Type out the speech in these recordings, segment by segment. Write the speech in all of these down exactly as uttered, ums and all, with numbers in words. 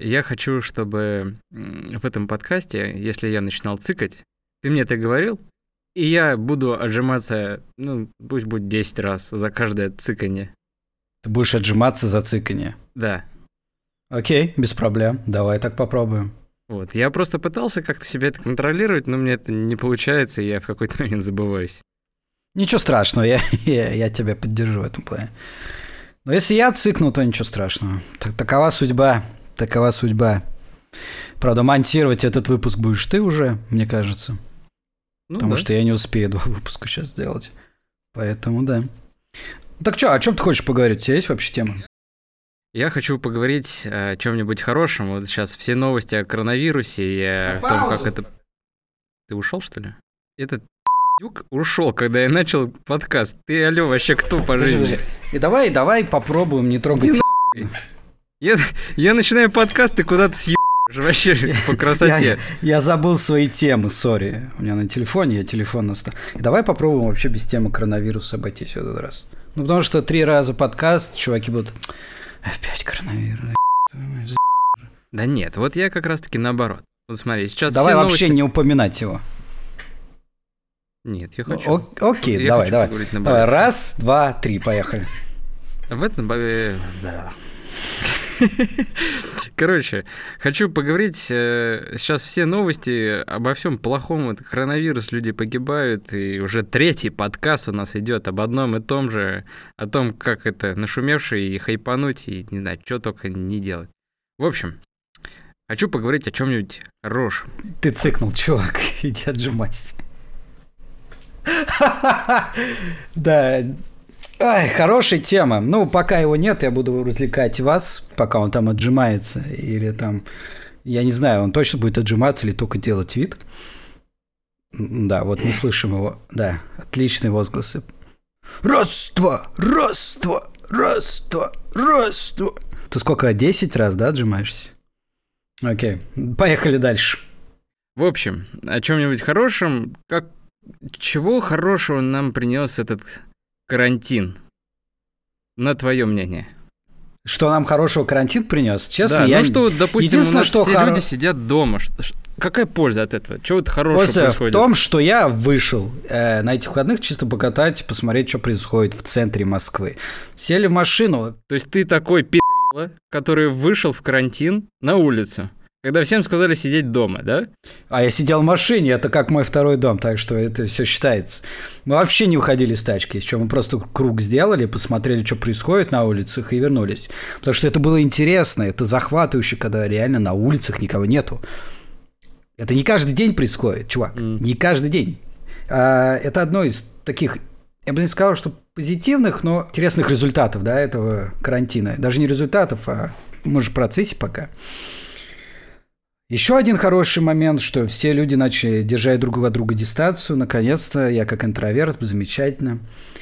я хочу, чтобы в этом подкасте, если я начинал цикать, ты мне это говорил, и я буду отжиматься, ну, пусть будет десять раз за каждое цыканье. Ты будешь отжиматься за цыканье? Да. Окей, без проблем. Давай так попробуем. Вот, я просто пытался как-то себя это контролировать, но мне это не получается, и я в какой-то момент забываюсь. Ничего страшного, я, я, я тебя поддержу в этом плане. Но если я цыкну, то ничего страшного. Так, такова судьба, такова судьба. Правда, монтировать этот выпуск будешь ты уже, мне кажется. Ну, потому да. что я не успею два выпуска сейчас сделать. Поэтому да. Так что, о чем ты хочешь поговорить? У тебя есть вообще тема? Я хочу поговорить о чем-нибудь хорошем. Вот сейчас все новости о коронавирусе и о том, как это... Ты ушел, что ли? Этот пиздюк ушел, когда я начал подкаст. Ты, алло, вообще кто по жизни? И давай, давай попробуем не трогать. Я, я начинаю подкаст, ты куда-то съебаешь вообще по красоте. Я, я забыл свои темы, сори. У меня на телефоне, я телефон настал. И давай попробуем вообще без темы коронавируса обойтись в этот раз. Ну, потому что три раза подкаст, чуваки будут... Опять коронавирус. Да нет, вот я как раз-таки наоборот. Вот смотри, сейчас давай все вообще новости... не упоминать его. Нет, я хочу. О- окей, я давай, хочу давай. давай. Раз, два, три, поехали. В этом... Да. Короче, хочу поговорить. Сейчас все новости обо всем плохом. Это коронавирус, люди погибают. И уже третий подкаст у нас идет об одном и том же. О том, как это нашумевший и хайпануть, и не знаю, что только не делать. В общем, хочу поговорить о чем-нибудь хорошем. Ты цыкнул, чувак. Иди отжимайся. Да. Ай, хорошая тема. Ну, пока его нет, я буду развлекать вас, пока он там отжимается. Или там, я не знаю, он точно будет отжиматься или только делать вид. Да, вот мы слышим его. Да, отличные возгласы. Раз, два, раз, два, раз, два, раз, два. Ты сколько, десять раз, да, отжимаешься? Окей, поехали дальше. В общем, о чем-нибудь хорошем. Как... Чего хорошего нам принес этот... карантин. На твое мнение. Что нам хорошего карантин принес? Честно, да, я... ну что, допустим, у нас что все хоро... люди сидят дома. Какая польза от этого? Чего это хорошего польза происходит? в том, что я вышел э, на этих выходных чисто покатать, посмотреть, что происходит в центре Москвы. Сели в машину. То есть ты такой пи***ло, который вышел в карантин на улицу, когда всем сказали сидеть дома, да? А я сидел в машине, это как мой второй дом, так что это все считается. Мы вообще не уходили с тачки, что мы просто круг сделали, посмотрели, что происходит на улицах и вернулись. Потому что это было интересно, это захватывающе, когда реально на улицах никого нету. Это не каждый день происходит, чувак, mm. не каждый день. А, это одно из таких, я бы не сказал, что позитивных, но интересных результатов, да, этого карантина. Даже не результатов, а, может, в процессе пока. Еще один хороший момент, что все люди начали держать друг от друга дистанцию. Наконец-то я как интроверт, замечательно.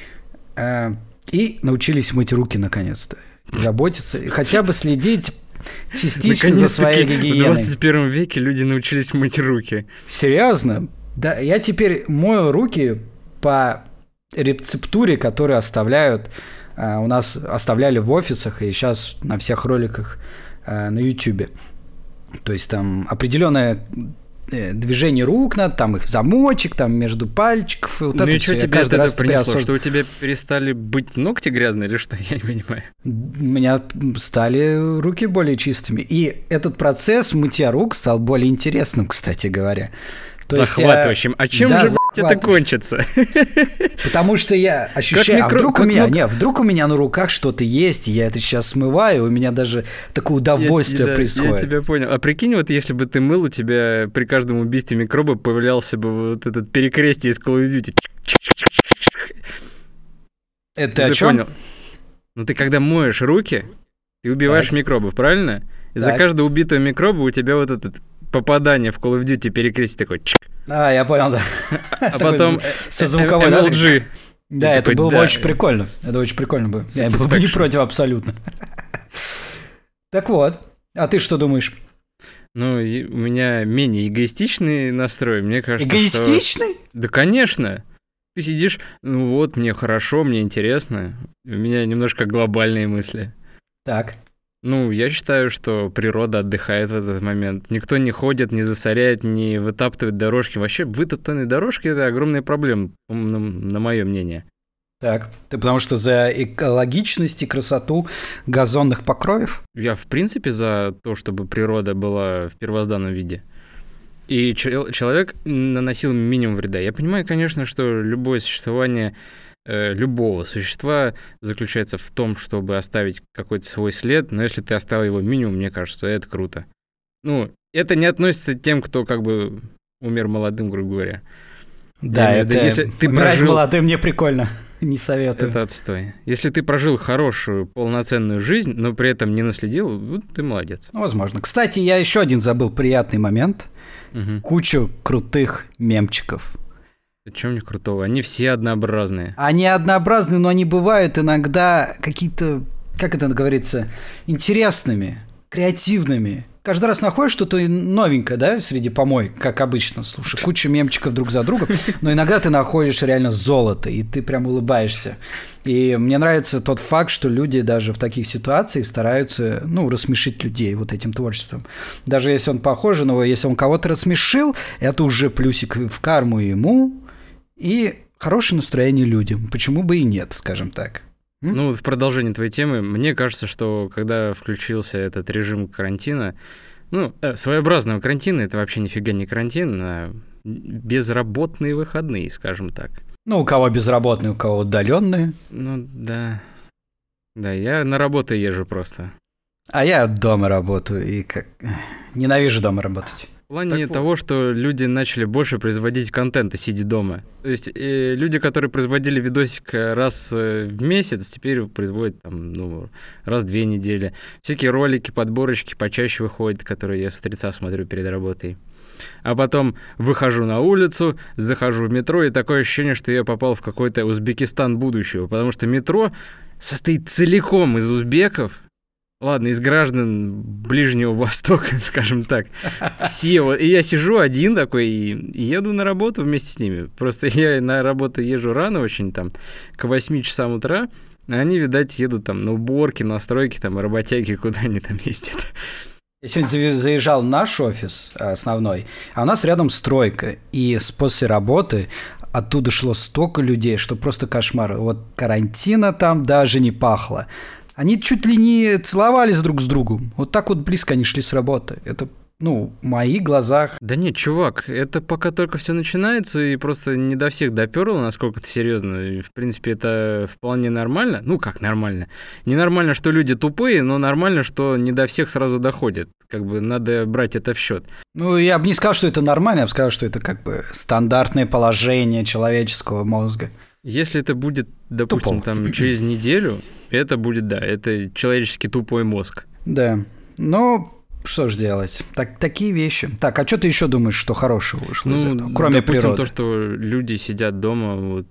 И научились мыть руки наконец-то. Заботиться, хотя бы следить частично за своей гигиеной. В двадцать первом веке люди научились мыть руки. Серьезно? Да, я теперь мою руки по рецептуре, которую оставляют, у нас оставляли в офисах и сейчас на всех роликах на YouTube. То есть там определенное движение рук надо, там их в замочек, там между пальчиков. И вот ну это и что тебе это принесло? Осоз... Что у тебя перестали быть ногти грязные или что? Я не понимаю. У меня стали руки более чистыми. И этот процесс мытья рук стал более интересным, кстати говоря. То захватывающим. Есть, а чем да, же это кончится? Потому что я ощущаю, микро... а вдруг как у меня, мик... не, вдруг у меня на руках что-то есть, и я это сейчас смываю, у меня даже такое удовольствие я, происходит. Я тебя понял. А прикинь, вот если бы ты мыл, у тебя при каждом убийстве микроба появлялся бы вот этот перекрестие из Call of Duty. Это ну, о чем? Понял? Ну ты когда моешь руки, ты убиваешь так. микробов, правильно? И так. за каждого убитого микроба у тебя вот этот попадание в Call of Duty перекрестие такой. А, я понял, да. А потом со звуковой эм эл джи. Да, это было бы очень прикольно. Это очень прикольно было. Я был бы не против абсолютно. Так вот, а ты что думаешь? Ну, у меня менее эгоистичный настрой, мне кажется. Эгоистичный? Да, конечно. Ты сидишь, ну вот, мне хорошо, мне интересно. У меня немножко глобальные мысли. Так. Ну, я считаю, что природа отдыхает в этот момент. Никто не ходит, не засоряет, не вытаптывает дорожки. Вообще, вытоптанные дорожки — это огромная проблема, на, на мое мнение. Так, ты потому что за экологичность и красоту газонных покроев? Я, в принципе, за то, чтобы природа была в первозданном виде. И ч- человек наносил минимум вреда. Я понимаю, конечно, что любое существование э, любого существа заключается в том, чтобы оставить какой-то свой след, но если ты оставил его минимум, мне кажется, это круто. Ну, это не относится к тем, кто как бы умер молодым, грубо говоря. Да, Я это если ты умирать прожил... молодым не прикольно. Не советую. Это отстой. Если ты прожил хорошую, полноценную жизнь, но при этом не наследил, вот ты молодец. Ну, возможно. Кстати, я еще один забыл приятный момент. Угу. Кучу крутых мемчиков. Чем у них крутого? Они все однообразные. Они однообразные, но они бывают иногда какие-то, как это говорится, интересными, креативными. Каждый раз находишь что-то новенькое, да, среди помоек, как обычно. Слушай, куча мемчиков друг за другом, но иногда ты находишь реально золото, и ты прям улыбаешься. И мне нравится тот факт, что люди даже в таких ситуациях стараются, ну, рассмешить людей вот этим творчеством. Даже если он похож, но если он кого-то рассмешил, это уже плюсик в карму ему и хорошее настроение людям. Почему бы и нет, скажем так. Ну, в продолжение твоей темы, мне кажется, что когда включился этот режим карантина, ну, э, своеобразного карантина, это вообще нифига не карантин, а безработные выходные, скажем так. Ну, у кого безработные, у кого удаленные. Ну, да. Да, я на работу езжу просто. А я дома работаю и как... ненавижу дома работать. В плане так того, вот. Что люди начали больше производить контента, сидя дома. То есть э, люди, которые производили видосик раз в месяц, теперь производят там, ну, раз в две недели. Всякие ролики, подборочки почаще выходят, которые я с утреца смотрю перед работой. А потом выхожу на улицу, захожу в метро, и такое ощущение, что я попал в какой-то Узбекистан будущего, потому что метро состоит целиком из узбеков. Ладно, из граждан Ближнего Востока, скажем так. Все. И я сижу один такой и еду на работу вместе с ними. Просто я на работу езжу рано очень, там, к восьми часам утра, а они, видать, едут там на уборки, на стройки, там, работяги, куда они там ездят. Я сегодня заезжал в наш офис основной, а у нас рядом стройка, и после работы оттуда шло столько людей, что просто кошмар. Вот карантина там даже не пахло. Они чуть ли не целовались друг с другом. Вот так вот близко они шли с работы. Это, ну, в моих глазах... Да нет, чувак, это пока только все начинается, и просто не до всех доперло, насколько это серьезно. И, в принципе, это вполне нормально. Ну, как нормально? Ненормально, что люди тупые, но нормально, что не до всех сразу доходит. Как бы надо брать это в счет. Ну, я бы не сказал, что это нормально, я бы сказал, что это как бы стандартное положение человеческого мозга. Если это будет, допустим, Тупо. там через неделю, это будет, да, это человеческий тупой мозг. Да, ну, что ж делать, так, такие вещи. Так, а что ты еще думаешь, что хорошего вышло ну, из этого, кроме допустим, природы? то, что люди сидят дома вот,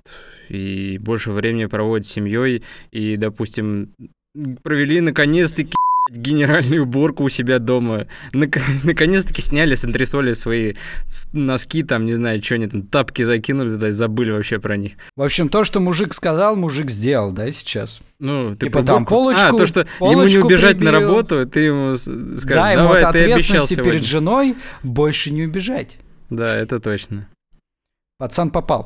и больше времени проводят с семьей, и, допустим, провели наконец-таки генеральную уборку у себя дома. Наконец-таки сняли с антресоли свои носки, там, не знаю, что они там, тапки закинули туда и забыли вообще про них. В общем, то, что мужик сказал, мужик сделал, да, сейчас? Ну, ты типа там полочку, А, то, что ему не убежать прибил. на работу, ты ему скажешь, да, ему давай, от ты ответственности перед женой больше не убежать. Да, это точно. Пацан попал.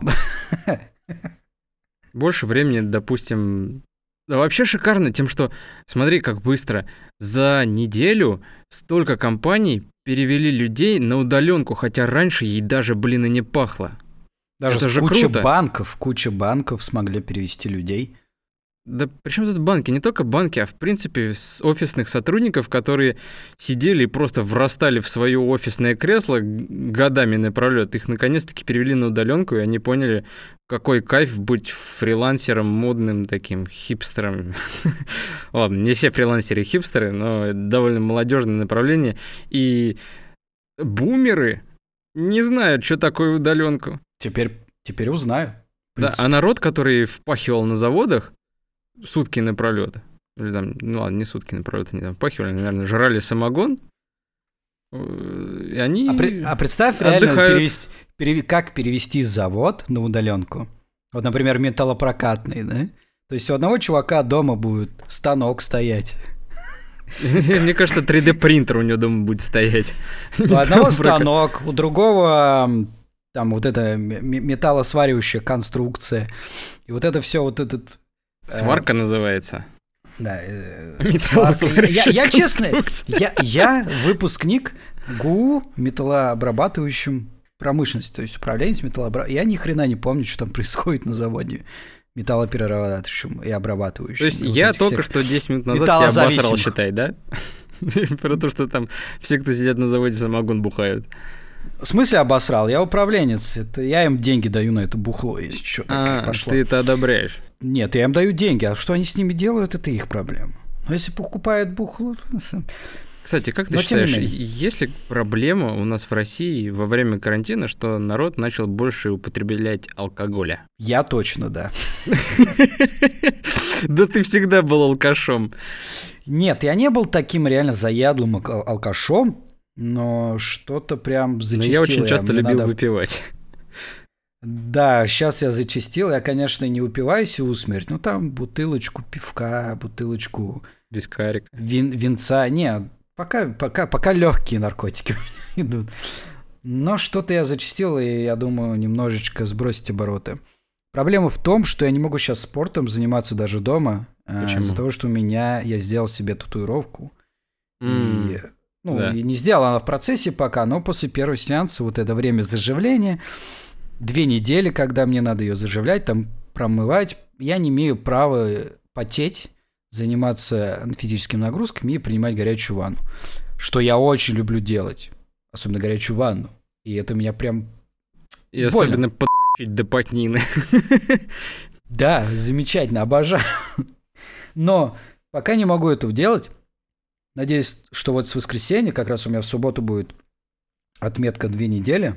Больше времени, допустим... Да, вообще шикарно тем, что, смотри, как быстро. За неделю столько компаний перевели людей на удаленку, хотя раньше ей даже, блин, и не пахло. Даже Это же куча круто. банков, куча банков смогли перевести людей. Да причем тут банки? Не только банки, а в принципе с офисных сотрудников, которые сидели и просто врастали в свое офисное кресло годами напролет. Их наконец-таки перевели на удаленку, и они поняли, какой кайф быть фрилансером, модным таким хипстером. Ладно, не все фрилансеры хипстеры, но довольно молодежное направление. И бумеры не знают, что такое удаленку. Теперь, теперь узнаю. Да, а народ, который впахивал на заводах сутки напролёт, или там, ну ладно, не сутки напролёт, они там впахивали, наверное, жрали самогон, и они А, при, а представь реально, перевести, перев, как перевести завод на удаленку. Вот, например, металлопрокатный, да? То есть у одного чувака дома будет станок стоять. Мне кажется, три дэ принтер у него дома будет стоять. У одного станок, у другого там вот эта металлосваривающая конструкция. И вот это все вот этот... Сварка называется. Да. Металлосваривающая я, я честно, я, я выпускник ГУ металлообрабатывающим промышленности, то есть управление с металлообрабатывающим. Я ни хрена не помню, что там происходит на заводе металлоперерабатывающим и обрабатывающим. То есть я вот только что десять минут назад тебя обосрал, считай, да? Про то, что там все, кто сидят на заводе, самогон бухают. В смысле обосрал? Я управленец. Это я им деньги даю на это бухло, если что, так а, пошло. Ты это одобряешь? Нет, я им даю деньги, а что они с ними делают, это их проблема. Но если покупают бухло... Кстати, как ты Но считаешь, есть ли проблема у нас в России во время карантина, что народ начал больше употреблять алкоголя? Я точно, да. Да ты всегда был алкашом. Нет, я не был таким реально заядлым алкашом, но что-то прям зачастило. Но я очень часто любил выпивать. Да, сейчас я зачастил. Я, конечно, не упиваюсь усмерть, но там бутылочку пивка, бутылочку... Вискарик. Вин, винца. Нет, пока, пока, пока легкие наркотики идут. Но что-то я зачастил, и я думаю, немножечко сбросить обороты. Проблема в том, что я не могу сейчас спортом заниматься даже дома. Почему? Из-за того, что у меня... Я сделал себе татуировку. Mm. И... Ну, да. и не сделала она в процессе пока, но после первого сеанса вот это время заживления... Две недели, когда мне надо ее заживлять, там промывать, я не имею права потеть, заниматься физическими нагрузками и принимать горячую ванну. Что я очень люблю делать. Особенно горячую ванну. И это меня прям И больно. Особенно под***ть до потнины. Да, замечательно, обожаю. Но пока не могу этого делать. Надеюсь, что вот с воскресенья, как раз у меня в субботу будет отметка две недели.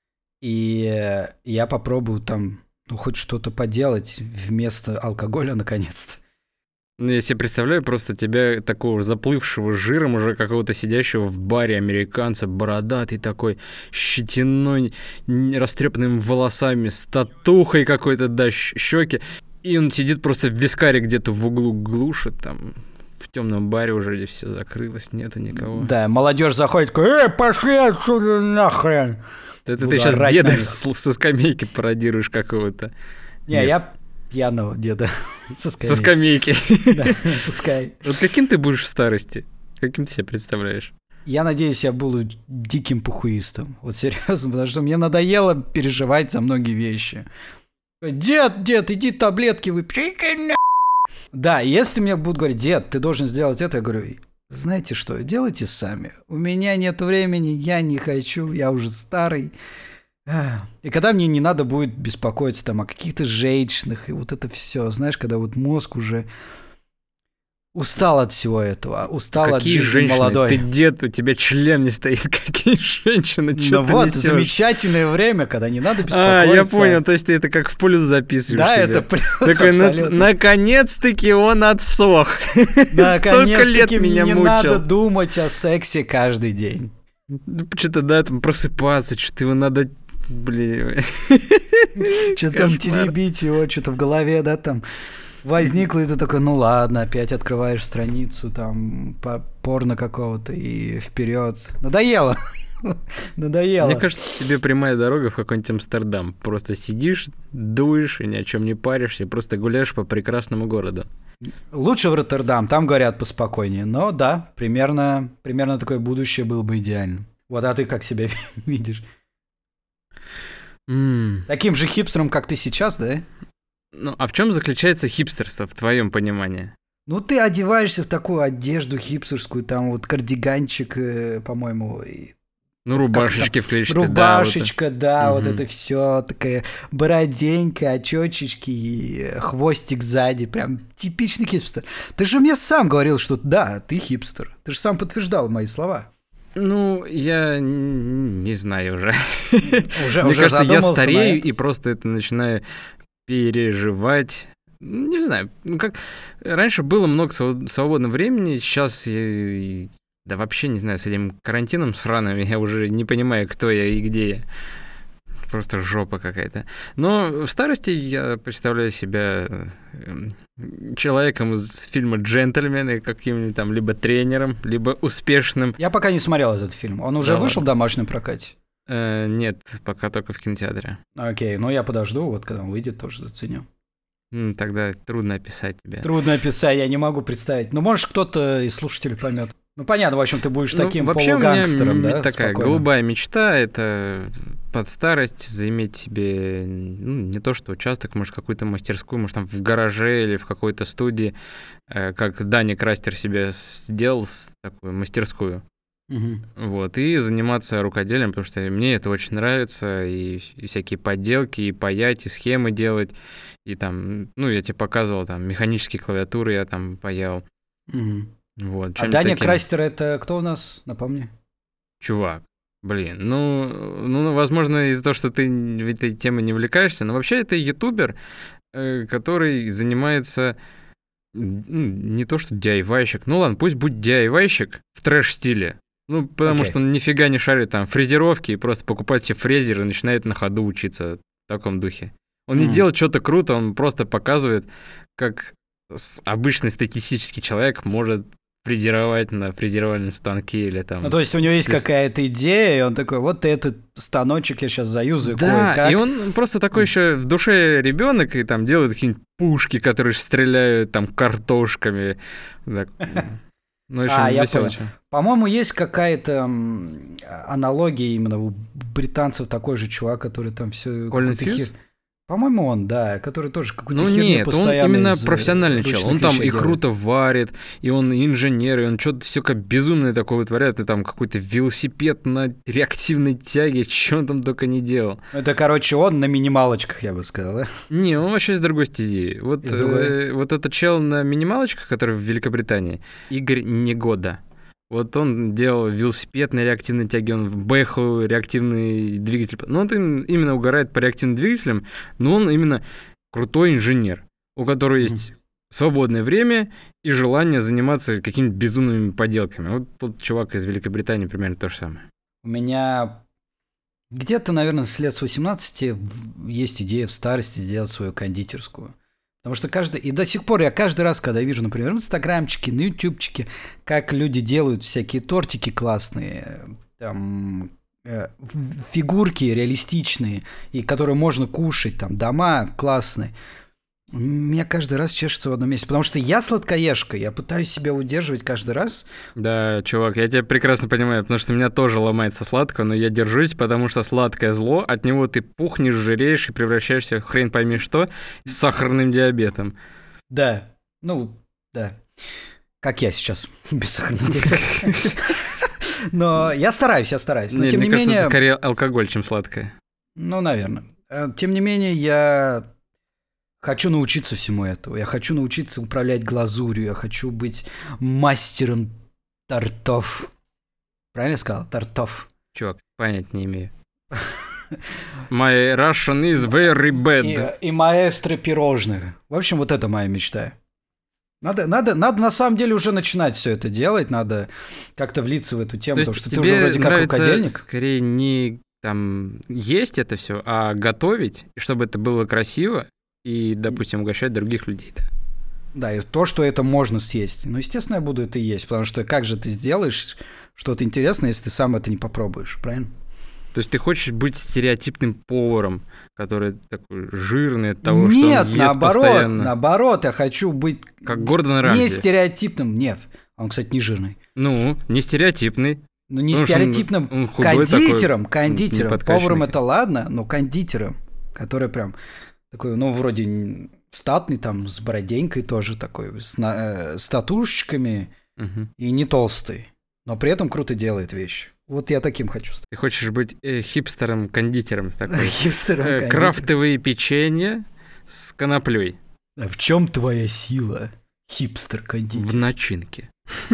И я попробую там, ну, хоть что-то поделать вместо алкоголя, наконец-то. Ну, я себе представляю просто тебя, такого заплывшего жиром, уже какого-то сидящего в баре американца, бородатый такой, щетиной, растрепанными волосами, с татухой какой-то, да, щеки. И он сидит просто в вискаре где-то в углу, глушит там. В темном баре уже все закрылось, нету никого. Да, молодежь заходит, э, пошли отсюда нахрен. Это Буду ты сейчас деда с, со скамейки пародируешь какого-то. Не, Нет. я пьяного деда со скамейки. Со скамейки. Да, пускай. Вот каким ты будешь в старости? Каким ты себя представляешь? Я надеюсь, я буду диким похуистом. Вот серьезно, потому что мне надоело переживать за многие вещи. Дед, дед, иди таблетки выпей. Да, если мне будут говорить, дед, ты должен сделать это, я говорю... Знаете что, делайте сами. У меня нет времени, я не хочу, я уже старый. И когда мне не надо будет беспокоиться там о каких-то женщинах, и вот это все, знаешь, когда вот мозг уже устал от всего этого, устал какие от жизни женщины? Молодой. Ты дед, у тебя член не стоит. Какие женщины? Ну вот, несешь? Замечательное время, когда не надо беспокоиться. А, я понял, то есть ты это как в плюс записываешь Да, себе. это плюс, такой, абсолютно. На- наконец-таки он отсох. Наконец-таки мне не надо думать о сексе каждый день. Что-то, да, там просыпаться, что-то его надо... Блин. Что-то там теребить его, что-то в голове, да, там... Возникло, и ты такой, ну ладно, опять открываешь страницу там по порно какого-то и вперед. Надоело. Надоело. Мне кажется, тебе прямая дорога в какой-нибудь Амстердам. Просто сидишь, дуешь и ни о чем не паришься, и просто гуляешь по прекрасному городу. Лучше в Роттердам, там говорят поспокойнее. Но да, примерно, примерно такое будущее было бы идеально. Вот, а ты как себя видишь? Mm. Таким же хипстером, как ты сейчас, да? Ну, а в чем заключается хипстерство, в твоем понимании? Ну, ты одеваешься в такую одежду хипстерскую, там вот кардиганчик, э, по-моему. И... Ну, рубашечки в клетчатые. Рубашечка, да, да угу. вот это все такая бороденька, очечки, хвостик сзади, прям типичный хипстер. Ты же мне сам говорил, что да, ты хипстер. Ты же сам подтверждал мои слова. Ну, я не знаю уже. Уже, Мне уже кажется, я задумался старею и просто это начинаю переживать. Не знаю, ну как... Раньше было много свободного времени, сейчас я... Да вообще не знаю, с этим карантином сраным я уже не понимаю, кто я и где я. просто жопа какая-то. Но в старости я представляю себя человеком из фильма «Джентльмены», каким-нибудь там либо тренером, либо успешным. Я пока не смотрел этот фильм. Он уже да вышел ладно. В домашнем прокате? Э, нет, пока только в кинотеатре. Окей, ну я подожду, вот когда он выйдет, тоже заценю. Тогда трудно описать тебе. Трудно описать, я не могу представить. Ну, может, кто-то из слушателей поймет. Ну, понятно, в общем, ты будешь ну, таким полугангстером, да? Такая спокойно. Голубая мечта — это под старость заиметь себе, ну, не то что участок, может, какую-то мастерскую, может, там в гараже или в какой-то студии, как Даник Растер себе сделал такую мастерскую. Угу. Вот, и заниматься рукоделием, потому что мне это очень нравится, и, и всякие подделки, и паять, и схемы делать, и там, ну, я тебе показывал, там, механические клавиатуры я там паял. Угу. Вот, а Даня таким... Крастер — это кто у нас, напомни? Чувак, блин, ну, ну, возможно, из-за того, что ты этой темой не увлекаешься, но вообще это ютубер, э, который занимается... Ну, не то что ди ай вай-щик, ну ладно, пусть будет ди ай вай-щик в трэш-стиле. Ну, потому okay. что он нифига не шарит там фрезеровки и просто покупает себе фрезер и начинает на ходу учиться в таком духе. Он mm. не делает что-то круто, он просто показывает, как обычный статистический человек может фрезеровать на фрезеровальном станке или там... Ну, то есть у него есть какая-то идея, и он такой, вот этот станочек я сейчас заюзаю да, кое-как. И он просто такой еще в душе ребенок и там делает какие-нибудь пушки, которые стреляют там картошками. Так. Ну, еще а, весело. По-моему, есть какая-то аналогия именно у британцев, такой же чувак, который там все... Колин Фьюз? По-моему, он, да, который тоже какую-то ну, херню нет, постоянно... Ну нет, он именно профессиональный чел. Он там и делает. Круто варит, и он инженер, и он что-то все как безумное такое вытворяет, и там какой-то велосипед на реактивной тяге, что он там только не делал. Это, короче, он на минималочках, я бы сказал, да? Не, он вообще из другой стези. Вот, э, вот этот чел на минималочках, который в Великобритании, Игорь Негода. Вот он делал велосипед на реактивной тяге, он в Бэху реактивный двигатель. Ну, он именно угорает по реактивным двигателям, но он именно крутой инженер, у которого есть свободное время и желание заниматься какими-то безумными поделками. Вот тот чувак из Великобритании примерно то же самое. У меня где-то, наверное, с лет с восемнадцати есть идея в старости сделать свою кондитерскую. Потому что каждый... И до сих пор я каждый раз, когда вижу, например, в инстаграмчике, на ютубчике, как люди делают всякие тортики классные, там, э, фигурки реалистичные, и которые можно кушать, там, дома классные, у меня каждый раз чешется в одном месте. Потому что я сладкоежка, я пытаюсь себя удерживать каждый раз. Да, чувак, я тебя прекрасно понимаю, потому что у меня тоже ломается сладкое, но я держусь, потому что сладкое зло, от него ты пухнешь, жиреешь и превращаешься в хрен пойми что, с сахарным диабетом. Да, ну, да. Как я сейчас, без сахарного диабета. Но я стараюсь, я стараюсь. Но, Нет, тем мне не кажется, менее... это скорее алкоголь, чем сладкое. Ну, наверное. Тем не менее, я... Хочу научиться всему этому. Я хочу научиться управлять глазурью. Я хочу быть мастером тортов. Правильно я сказал? Тортов. Чувак, понять не имею. My Russian is very bad. И, и маэстро пирожных. В общем, вот это моя мечта. Надо, надо, надо на самом деле уже начинать все это делать. Надо как-то влиться в эту тему, То потому есть что ты уже вроде как рукодельник. Скорее не там есть это все, а готовить, чтобы это было красиво. И, допустим, угощать других людей, да. Да, и то, что это можно съесть. Ну, естественно, я буду это есть, потому что как же ты сделаешь что-то интересное, если ты сам это не попробуешь, правильно? То есть ты хочешь быть стереотипным поваром, который такой жирный от того, нет, что он ест наоборот, постоянно? наоборот, я хочу быть... Как Гордон Рамзи. Не стереотипным, нет. Он, кстати, не жирный. Ну, не стереотипный. Ну, не стереотипным он, он кондитером, такой, кондитером. Поваром это ладно, но кондитером, который прям... Такой, ну, вроде статный, там, с бороденькой тоже такой, с, на, э, с татушечками, угу. И не толстый, но при этом круто делает вещи. Вот я таким хочу стать. Ты хочешь быть э, хипстером-кондитером такой? Хипстером-кондитером. Э, крафтовые печенья с коноплей. А в чем твоя сила, хипстер-кондитер? В начинке.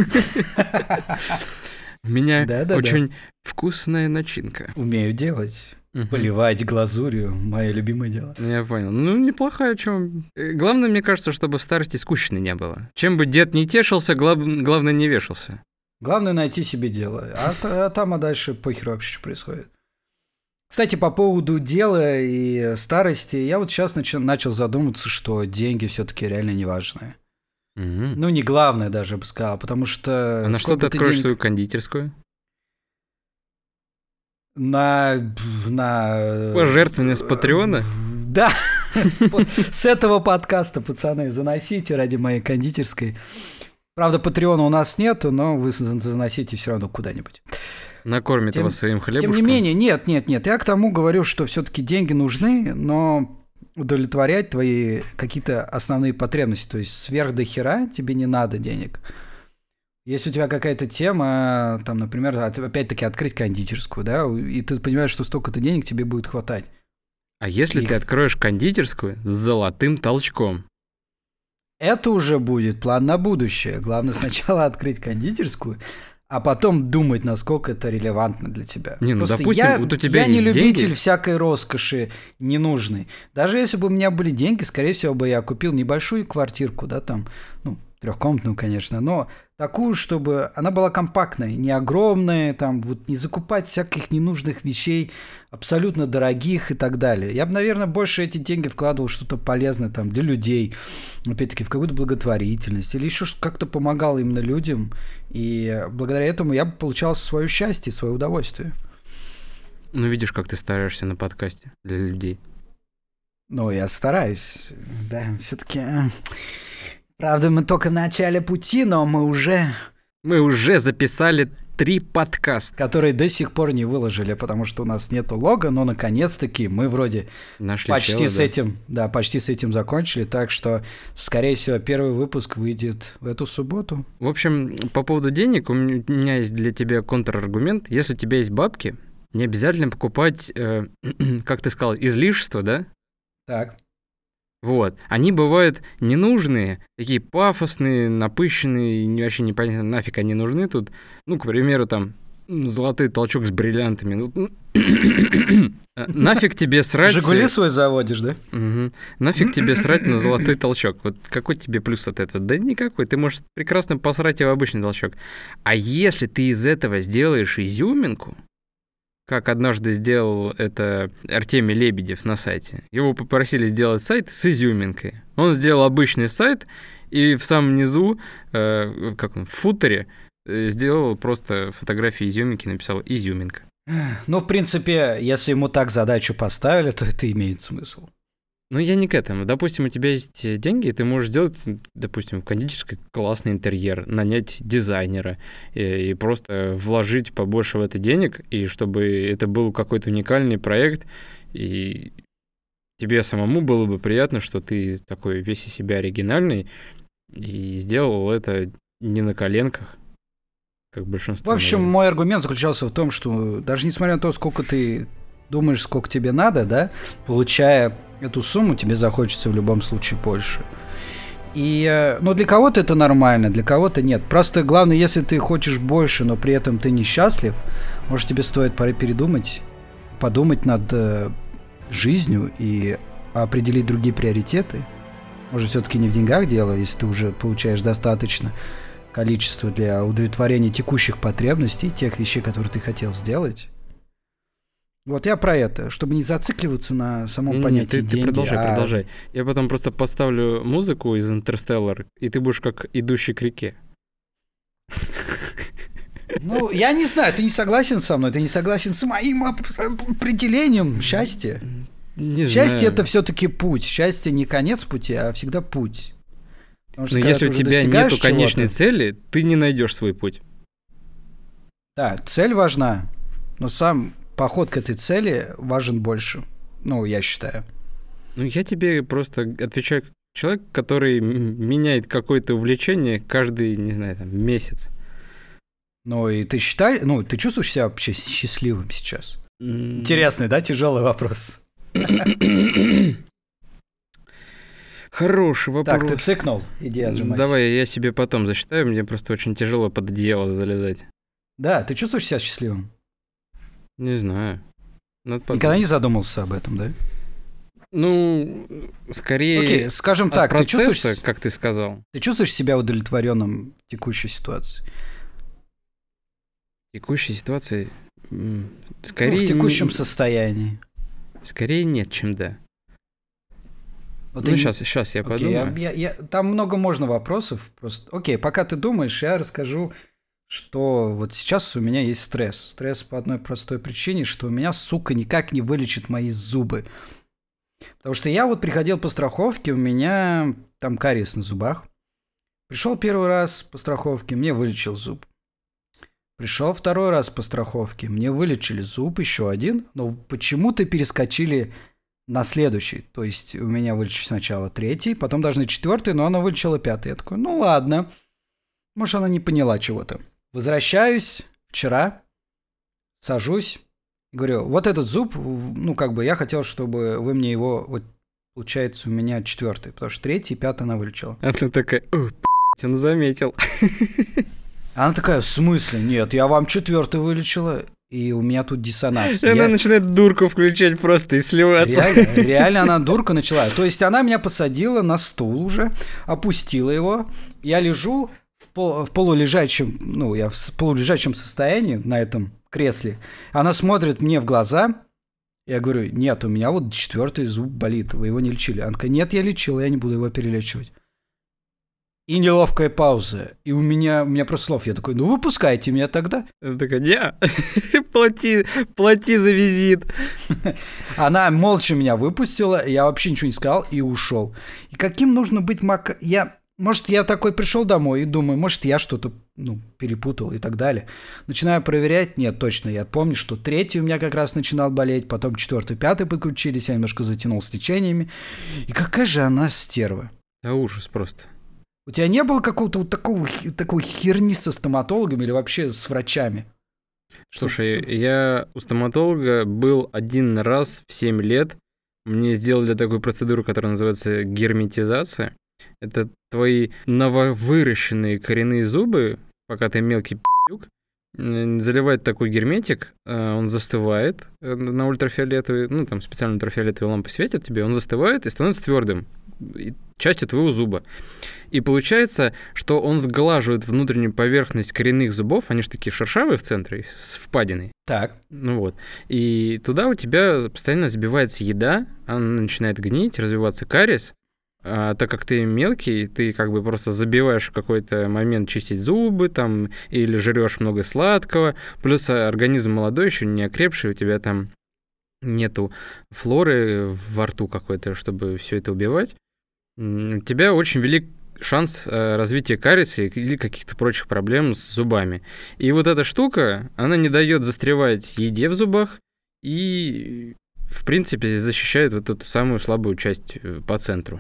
У меня очень вкусная начинка. Умею делать. Угу. Поливать глазурью – мое любимое дело. Я понял. Ну, неплохая, чем. Главное, мне кажется, чтобы в старости скучно не было. Чем бы дед не тешился, глав... главное, не вешался. Главное – найти себе дело. А, а там, а дальше похер вообще, что происходит. Кстати, по поводу дела и старости, я вот сейчас нач- начал задумываться, что деньги все-таки реально не важны. Угу. Ну, не главное даже, я бы сказал, потому что... А на что ты откроешь денег... свою кондитерскую? На... на... Пожертвование с Патреона? Да, с этого подкаста, пацаны, заносите ради моей кондитерской. Правда, Патреона у нас нету, но вы заносите все равно куда-нибудь. Накормит тем, вас своим хлебушком. Тем не менее, нет, нет, нет. Я к тому говорю, что все-таки деньги нужны, но удовлетворять твои какие-то основные потребности. То есть сверх до хера тебе не надо денег. Если у тебя какая-то тема, там, например, опять-таки открыть кондитерскую, да, и ты понимаешь, что столько-то денег тебе будет хватать. А если Их... ты откроешь кондитерскую с золотым толчком? Это уже будет план на будущее. Главное сначала открыть кондитерскую, а потом думать, насколько это релевантно для тебя. Не, ну, Просто допустим, я, вот у тебя я есть не любитель деньги. всякой роскоши ненужной. Даже если бы у меня были деньги, скорее всего, бы я купил небольшую квартирку, да, там, ну, трехкомнатную, конечно, но такую, чтобы она была компактной, не огромная, там, вот не закупать всяких ненужных вещей, абсолютно дорогих и так далее. Я бы, наверное, больше эти деньги вкладывал в что-то полезное там для людей, опять-таки, в какую-то благотворительность или еще как-то помогал именно людям, и благодаря этому я бы получал свое счастье, свое удовольствие. Ну, видишь, как ты стараешься на подкасте для людей. Ну, я стараюсь, да, все-таки... Правда, мы только в начале пути, но мы уже... Мы уже записали три подкаста. Которые до сих пор не выложили, потому что у нас нету лого, но наконец-таки мы вроде Нашли почти чела, с да. этим, да, почти с этим закончили, так что, скорее всего, первый выпуск выйдет в эту субботу. В общем, по поводу денег у меня есть для тебя контраргумент. Если у тебя есть бабки, не обязательно покупать, э, как ты сказал, излишества, да? Так. Вот. Они бывают ненужные, такие пафосные, напыщенные, вообще непонятно, нафиг они нужны тут. Ну, к примеру, там, золотой толчок с бриллиантами. Ну, нафиг тебе срать... «Жигули» свой заводишь, да? Угу. Нафиг тебе срать на золотой толчок? Вот какой тебе плюс от этого? Да никакой. Ты можешь прекрасно посрать и в обычный толчок. А если ты из этого сделаешь изюминку, как однажды сделал это Артемий Лебедев на сайте. Его попросили сделать сайт с изюминкой. Он сделал обычный сайт, и в самом низу, э, как он, в футере, э, сделал просто фотографии изюминки, написал «изюминка». Ну, в принципе, если ему так задачу поставили, то это имеет смысл. Ну, я не к этому. Допустим, у тебя есть деньги, и ты можешь сделать, допустим, в кондитерской классный интерьер, нанять дизайнера и, и просто вложить побольше в это денег, и чтобы это был какой-то уникальный проект, и тебе самому было бы приятно, что ты такой весь из себя оригинальный, и сделал это не на коленках, как большинство. В общем, наверное. Мой аргумент заключался в том, что даже несмотря на то, сколько ты думаешь, сколько тебе надо, да, получая эту сумму, тебе захочется в любом случае больше. И, ну, для кого-то это нормально, для кого-то нет. Просто главное, если ты хочешь больше, но при этом ты несчастлив, может, тебе стоит пора передумать, подумать над э, жизнью и определить другие приоритеты. Может, все-таки не в деньгах дело, если ты уже получаешь достаточно количества для удовлетворения текущих потребностей, тех вещей, которые ты хотел сделать. Вот я про это, чтобы не зацикливаться на самом не, понятии не, ты, деньги. Ты продолжай, а... продолжай. Я потом просто поставлю музыку из «Интерстеллар», и ты будешь как идущий к реке. Ну, я не знаю, ты не согласен со мной, ты не согласен с моим определением счастья. Не счастье знаю. Это все-таки путь. Счастье не конец пути, а всегда путь. Но если у тебя нету конечной цели, ты не найдешь свой путь. Да, цель важна, но сам поход к этой цели важен больше. Ну, я считаю. Ну, я тебе просто отвечаю как человек, который меняет какое-то увлечение каждый, не знаю, там, месяц. Ну, и ты считаешь, ну, ты чувствуешь себя вообще счастливым сейчас? Mm. Интересный, да, тяжелый вопрос? Хороший вопрос. Так, ты цыкнул? Иди отжимайся. Давай, я себе потом засчитаю, мне просто очень тяжело под одеяло залезать. Да, ты чувствуешь себя счастливым? Не знаю. Никогда не задумывался об этом, да? Ну, скорее... Окей, скажем так, процесса, ты чувствуешь... как ты сказал. Ты чувствуешь себя удовлетворенным в текущей ситуации? В текущей ситуации Скорее, ну, в текущем не... состоянии. Скорее нет, чем да. Вот ну, и... сейчас, сейчас я Окей, подумаю. Я, я, я... Там много можно вопросов. Просто... Окей, пока ты думаешь, я расскажу, что вот сейчас у меня есть стресс. Стресс по одной простой причине, что у меня, сука, никак не вылечит мои зубы. Потому что я вот приходил по страховке, у меня там кариес на зубах. Пришел первый раз по страховке, мне вылечил зуб. Пришел второй раз по страховке, мне вылечили зуб, еще один, но почему-то перескочили на следующий. То есть у меня вылечили сначала третий, потом должны четвертый, но она вылечила пятый. Я такой, ну ладно, может она не поняла чего-то. Возвращаюсь вчера, сажусь, говорю, вот этот зуб, ну как бы я хотел, чтобы вы мне его, вот получается у меня четвертый, потому что третий и пятый она вылечила. А ты такая, о, блядь, он заметил. Она такая, в смысле? Нет, я вам четвертый вылечила, и у меня тут диссонанс. И она я... начинает дурку включать просто и сливаться. Реально, реально она дурка начала. То есть она меня посадила на стул уже, опустила его. Я лежу в, пол, в полулежачем, ну, я в полулежачем состоянии на этом кресле. Она смотрит мне в глаза. Я говорю, нет, у меня вот четвертый зуб болит, вы его не лечили. Она такая, нет, я лечил, я не буду его перелечивать. И неловкая пауза. И у меня, у меня просто слов. Я такой, ну выпускайте меня тогда. Она такая, не, плати, плати за визит. Она молча меня выпустила, я вообще ничего не сказал и ушел. И каким нужно быть мак... Я... Может, я такой пришел домой и думаю, может, я что-то ну, перепутал и так далее. Начинаю проверять. Нет, точно, я помню, что третий у меня как раз начинал болеть, потом четвертый, пятый подключились, я немножко затянул с течениями. И какая же она стерва. Да ужас просто. У тебя не было какого-то вот такого, такой херни со стоматологами или вообще с врачами? Слушай, что... я у стоматолога был один раз в семь лет. Мне сделали такую процедуру, которая называется герметизация. Это твои нововыращенные коренные зубы, пока ты мелкий пи***юк, заливает такой герметик, он застывает на ультрафиолетовой, ну там специально ультрафиолетовые лампы светят тебе, он застывает и становится твердым, частью твоего зуба. И получается, что он сглаживает внутреннюю поверхность коренных зубов, они же такие шершавые в центре, с впадиной. Так. Ну вот. И туда у тебя постоянно забивается еда, она начинает гнить, развиваться кариес. А так как ты мелкий, ты как бы просто забиваешь в какой-то момент чистить зубы там, или жрешь много сладкого, плюс организм молодой, еще не окрепший, у тебя там нету флоры во рту какой-то, чтобы все это убивать. У тебя очень велик шанс развития кариеса или каких-то прочих проблем с зубами. И вот эта штука, она не дает застревать еде в зубах и, в принципе, защищает вот эту самую слабую часть по центру.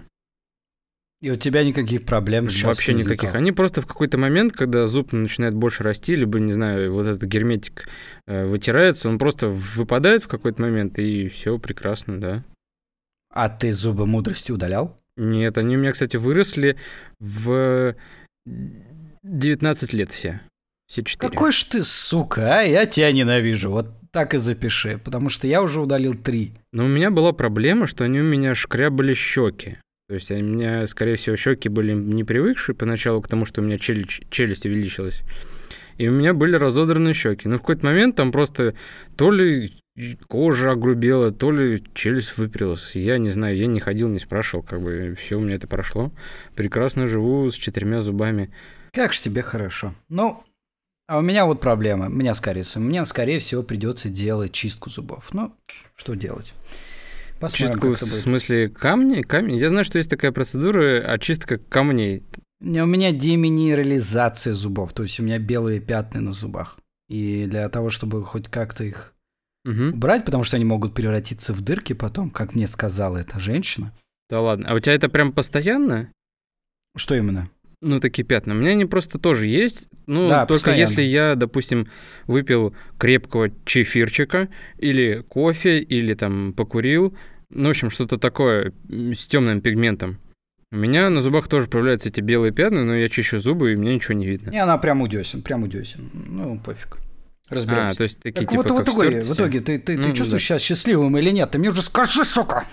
И у тебя никаких проблем сейчас вообще не никаких. Они просто в какой-то момент, когда зуб начинает больше расти, либо, не знаю, вот этот герметик э, вытирается, он просто выпадает в какой-то момент, и все прекрасно, да. А ты зубы мудрости удалял? Нет, они у меня, кстати, выросли в девятнадцать лет все. Все четыре. Какой ж ты, сука, а? Я тебя ненавижу. Вот так и запиши, потому что я уже удалил три. Но у меня была проблема, что они у меня шкрябали щеки. То есть у меня, скорее всего, щеки были не привыкшие поначалу к тому, что у меня челюсть, челюсть увеличилась. И у меня были разодранные щеки. Но в какой-то момент там просто то ли кожа огрубела, то ли челюсть выпрямилась. Я не знаю, я не ходил, не спрашивал, как бы все у меня это прошло. Прекрасно живу с четырьмя зубами. Как ж тебе хорошо. Ну, а у меня вот проблема. У меня с кариесом. Мне, скорее всего, придется делать чистку зубов. Ну, что делать? Посмотрим, чистку в смысле камни? камни? Я знаю, что есть такая процедура очистка камней. У меня деминерализация зубов, то есть у меня белые пятна на зубах. И для того, чтобы хоть как-то их угу. убрать, потому что они могут превратиться в дырки потом, как мне сказала эта женщина. Да ладно, а у тебя это прям постоянно? Что именно? Ну, такие пятна. У меня они просто тоже есть. Ну, да, только постоянно. если я, допустим, выпил крепкого чефирчика, или кофе, или там покурил. Ну, в общем, что-то такое с темным пигментом. У меня на зубах тоже появляются эти белые пятна, но я чищу зубы, и мне ничего не видно. Не, она прям у десен, прям у десен. Ну, пофиг. Разберемся. А, то есть такие так типа вот, как в итоге, в итоге ты, ты, ну, ты чувствуешь да. сейчас счастливым или нет? Ты мне уже скажи, сука!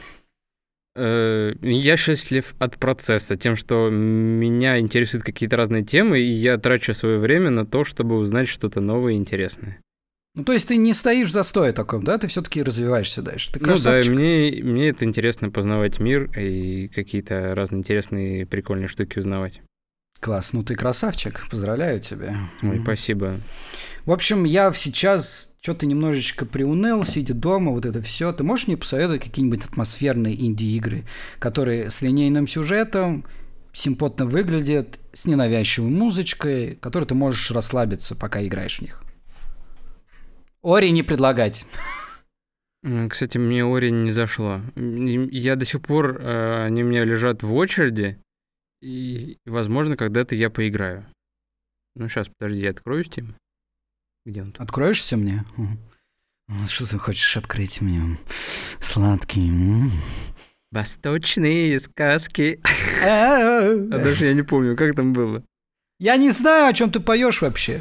Я счастлив от процесса, тем, что меня интересуют какие-то разные темы, и я трачу свое время на то, чтобы узнать что-то новое и интересное. Ну, то есть ты не стоишь в застое таком, да? Ты все-таки развиваешься дальше. Ты Ну да, красавчик. мне, мне это интересно познавать мир и какие-то разные интересные прикольные штуки узнавать. Класс, ну ты красавчик, поздравляю тебя. Ой, спасибо. В общем, я сейчас что-то немножечко приуныл, сидя дома, вот это все. Ты можешь мне посоветовать какие-нибудь атмосферные инди-игры, которые с линейным сюжетом, симпотно выглядят, с ненавязчивой музычкой, которые ты можешь расслабиться, пока играешь в них? Ори не предлагать. Кстати, мне Ори не зашло. Я до сих пор, э, они у меня лежат в очереди, и, возможно, когда-то я поиграю. Ну, сейчас, подожди, я открою Steam. Где он тут? Откроешься мне? Что ты хочешь открыть мне? Сладкий. Восточные сказки. А даже я не помню, как там было. Я не знаю, о чем ты поешь вообще.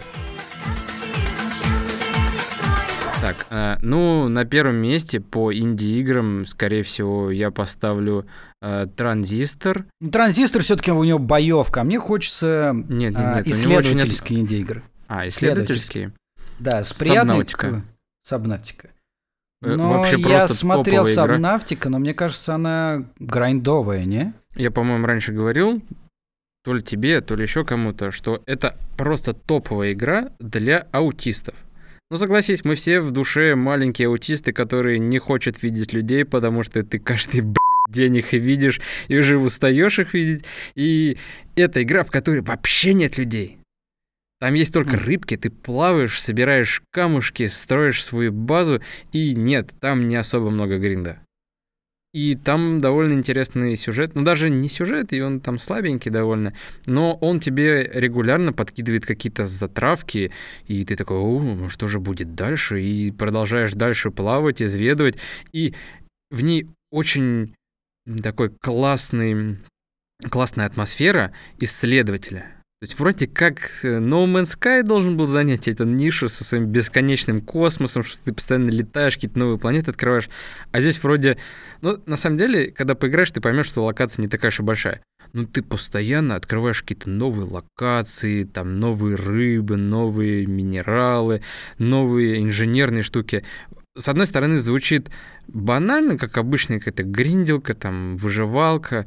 Так, э, ну, на первом месте по инди-играм, скорее всего, я поставлю э, Транзистор. Транзистор все-таки у него боевка, а мне хочется нет, нет, а, нет, исследовательские очень... инди-игры. А, исследовательские? Да, с приятной... Сабнавтика. Сабнавтика. Э, но вообще я просто смотрел топовая игра. Сабнавтика, но мне кажется, она грайндовая, не? Я, по-моему, раньше говорил, то ли тебе, то ли еще кому-то, что это просто топовая игра для аутистов. Ну, согласись, мы все в душе маленькие аутисты, которые не хотят видеть людей, потому что ты каждый, блядь, день их и видишь, и уже устаешь их видеть. И это игра, в которой вообще нет людей. Там есть только рыбки, ты плаваешь, собираешь камушки, строишь свою базу, и нет, там не особо много гринда. И там довольно интересный сюжет, ну даже не сюжет, и он там слабенький довольно, но он тебе регулярно подкидывает какие-то затравки, и ты такой, о, что же будет дальше, и продолжаешь дальше плавать, изведывать, и в ней очень такой классный, классная атмосфера исследователя. То есть вроде как No Man's Sky должен был занять эту нишу со своим бесконечным космосом, что ты постоянно летаешь, какие-то новые планеты открываешь. А здесь вроде... Ну, на самом деле, когда поиграешь, ты поймешь, что локация не такая уж и большая. Ну, ты постоянно открываешь какие-то новые локации, там новые рыбы, новые минералы, новые инженерные штуки. С одной стороны, звучит банально, как обычная какая-то гринделка, там, выживалка,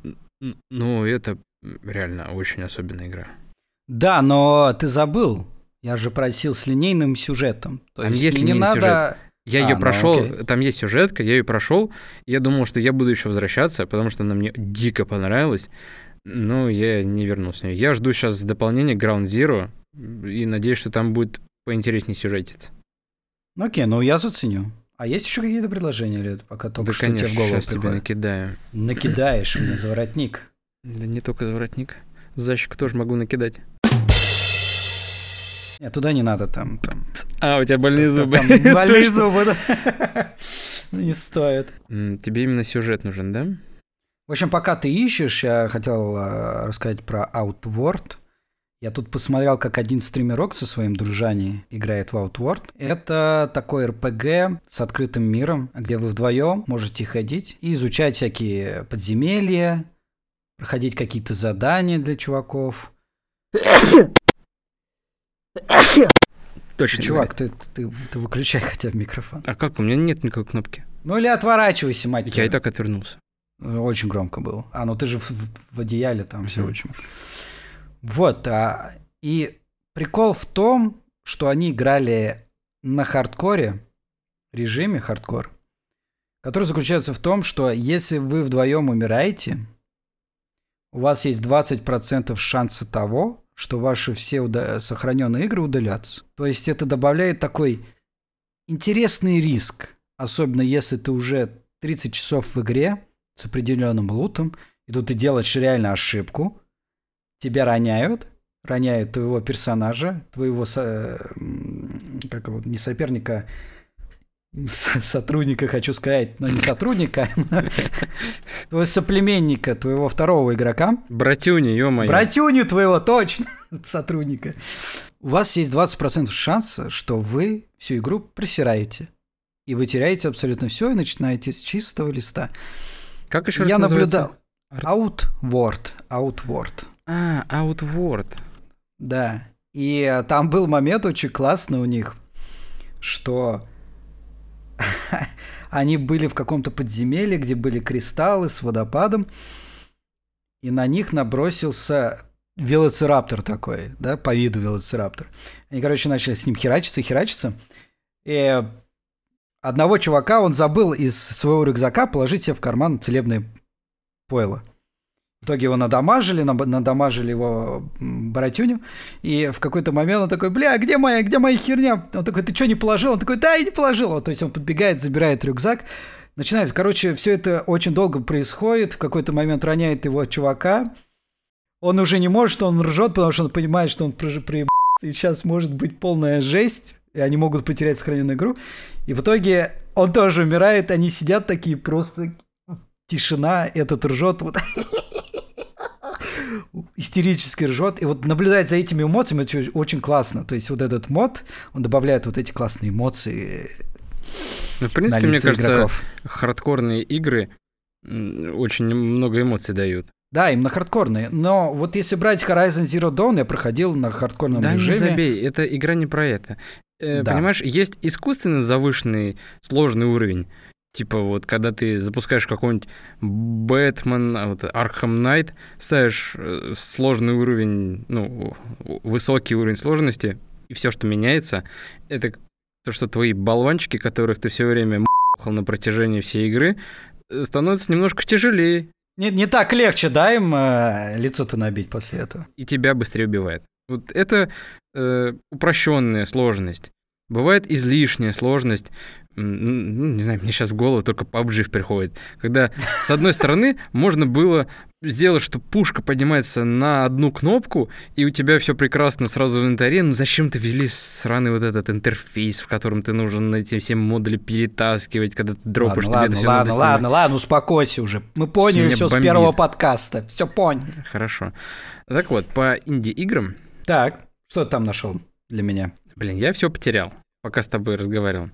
но это... реально очень особенная игра. Да, но ты забыл. Я же просил с линейным сюжетом. То там есть, есть не линейный надо... сюжет. Я а, ее ну, прошел, окей. Там есть сюжетка, я ее прошел. Я думал, что я буду еще возвращаться, потому что она мне дико понравилась. Но я не вернулся. Я жду сейчас дополнения Ground Zero и надеюсь, что там будет поинтереснее сюжетиться. Окей, ну я заценю. А есть еще какие-то предложения, или это пока только да, что конечно, тебе в голову сейчас тебе приходит? накидаю. Накидаешь мне за воротник. Да не только за воротник. За щеку тоже могу накидать. Нет, туда не надо, там... там а, у тебя больные зубы. Больные зубы, да. Не стоит. Тебе именно сюжет нужен, да? В общем, пока ты ищешь, я хотел рассказать про Outward. Я тут посмотрел, как один стримерок со своим дружанием играет в Outward. Это такой эр пи джи с открытым миром, где вы вдвоем можете ходить и изучать всякие подземелья, проходить какие-то задания для чуваков. Точно. Чувак, ты, ты, ты выключай хотя бы микрофон. А как? У меня нет никакой кнопки. Ну или отворачивайся, мать твою. Я и так отвернулся. Очень громко было. А, ну ты же в, в одеяле, там mm-hmm. все очень. Вот. А, и прикол в том, что они играли на хардкоре, режиме хардкор, который заключается в том, что если вы вдвоем умираете, у вас есть двадцать процентов шанса того, что ваши все уда- сохраненные игры удалятся. То есть это добавляет такой интересный риск, особенно если ты уже тридцать часов в игре с определенным лутом, и тут ты делаешь реально ошибку, тебя роняют, роняют твоего персонажа, твоего со- как его, не соперника, сотрудника, хочу сказать, но не сотрудника, твоего соплеменника, твоего второго игрока. Братюни, ё-моё. Братюни твоего, точно, сотрудника. У вас есть двадцать процентов шанса, что вы всю игру просираете. И вы теряете абсолютно все и начинаете с чистого листа. Как еще раз Я называется? наблюдал. Outward. Outward. А, Outward. Да. И там был момент очень классный у них, что они были в каком-то подземелье, где были кристаллы с водопадом, и на них набросился велоцираптор такой, да, по виду велоцираптор. Они, короче, начали с ним херачиться, херачиться. И одного чувака он забыл из своего рюкзака положить себе в карман целебное пойло. В итоге его надамажили, надамажили его братюню, и в какой-то момент он такой: бля, где моя, где моя херня? Он такой: ты что, не положил? Он такой: да, я не положил. То есть он подбегает, забирает рюкзак, начинается. Короче, все это очень долго происходит, в какой-то момент роняет его чувака, он уже не может, он ржет, потому что он понимает, что он проебался, и сейчас может быть полная жесть, и они могут потерять сохраненную игру, и в итоге он тоже умирает, они сидят такие, просто тишина, этот ржет, вот истерически ржет, и вот наблюдать за этими эмоциями это очень классно. То есть вот этот мод, он добавляет вот эти классные эмоции. Ну, в принципе, мне кажется, игроков. Хардкорные игры очень много эмоций дают. Да, именно хардкорные. Но вот если брать Horizon Zero Dawn, я проходил на хардкорном да режиме. Да не забей, эта игра не про это. Э, да. Понимаешь, есть искусственно завышенный сложный уровень. Типа вот, когда ты запускаешь какой-нибудь Бэтмен, вот, Arkham Knight, ставишь сложный уровень, ну, высокий уровень сложности, и все, что меняется, это то, что твои болванчики, которых ты все время м***хал на протяжении всей игры, становятся немножко тяжелее. Не, не так легче, да, им э, лицо-то набить после этого. И тебя быстрее убивает. Вот это э, упрощенная сложность. Бывает излишняя сложность. Ну, не знаю, мне сейчас в голову только пабг приходит. Когда, с одной стороны, можно было сделать, что пушка поднимается на одну кнопку, и у тебя все прекрасно сразу в инвентаре, но зачем ты ввели сраный вот этот интерфейс, в котором ты нужен эти все модули перетаскивать, когда ты дропаешь, ладно, тебе ладно, это все ладно, надо ладно, ладно, успокойся уже. Мы поняли все с первого подкаста. Все поняли. Хорошо. Так вот, по инди-играм. Так, что ты там нашел для меня? Блин, я все потерял, пока с тобой разговаривал.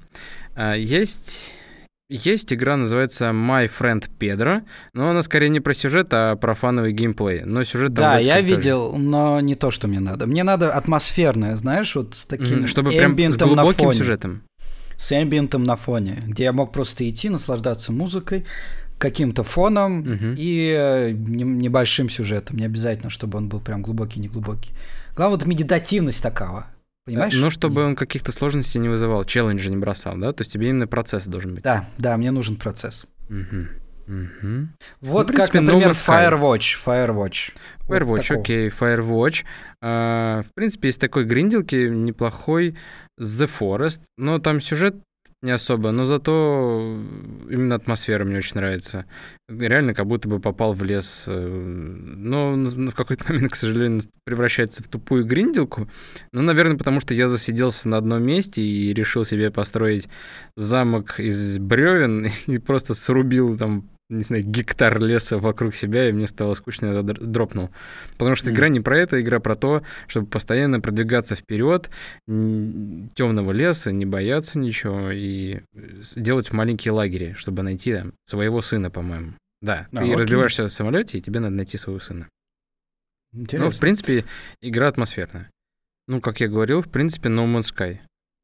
Есть, есть игра, называется My Friend Pedro, но она скорее не про сюжет, а про фановый геймплей. Но сюжет там да, я тоже видел, но не то, что мне надо. Мне надо атмосферное, знаешь, вот с таким чтобы прям с глубоким на фоне, сюжетом. С эмбиентом на фоне, где я мог просто идти, наслаждаться музыкой, каким-то фоном угу. и небольшим сюжетом. Не обязательно, чтобы он был прям глубокий-неглубокий. Главное, вот медитативность такая. Понимаешь? Ну, чтобы он каких-то сложностей не вызывал, челленджи не бросал, да? То есть тебе именно процесс должен быть. Да, да, мне нужен процесс. Угу. Угу. Вот ну, как, принципе, например, No Firewatch. Firewatch, Firewatch, вот окей, Firewatch. А, в принципе, из такой гринделки неплохой The Forest, но там сюжет не особо, но зато именно атмосфера мне очень нравится. Реально как будто бы попал в лес. Но в какой-то момент, к сожалению, превращается в тупую гринделку. Ну, наверное, потому что я засиделся на одном месте и решил себе построить замок из бревен и просто срубил там, не знаю, гектар леса вокруг себя, и мне стало скучно, я задропнул. Потому что mm. игра не про это, игра про то, чтобы постоянно продвигаться вперед, темного леса, не бояться ничего и делать маленькие лагеря, чтобы найти там, своего сына, по-моему. Да, а, ты окей. разбиваешься в самолете, и тебе надо найти своего сына. Интересно. Ну, в принципе, игра атмосферная. Ну, как я говорил, в принципе, No Man's Sky.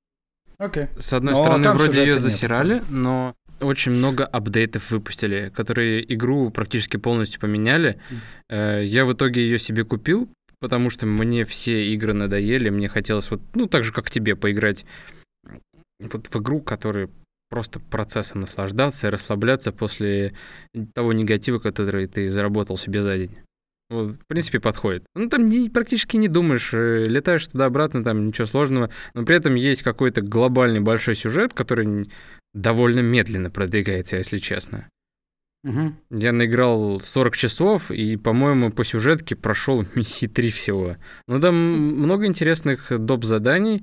Окей. С одной но стороны, вроде ее засирали, нет. но очень много апдейтов выпустили, которые игру практически полностью поменяли. Mm. Я в итоге ее себе купил, потому что мне все игры надоели, мне хотелось вот, ну, так же, как тебе, поиграть вот в игру, которая просто процессом наслаждаться и расслабляться после того негатива, который ты заработал себе за день. Вот, в принципе, подходит. Ну, там не, практически не думаешь, летаешь туда-обратно, там ничего сложного, но при этом есть какой-то глобальный большой сюжет, который довольно медленно продвигается, если честно. Угу. Я наиграл сорок часов, и, по-моему, по сюжетке прошел миссии три всего. Ну, там много интересных доп-заданий,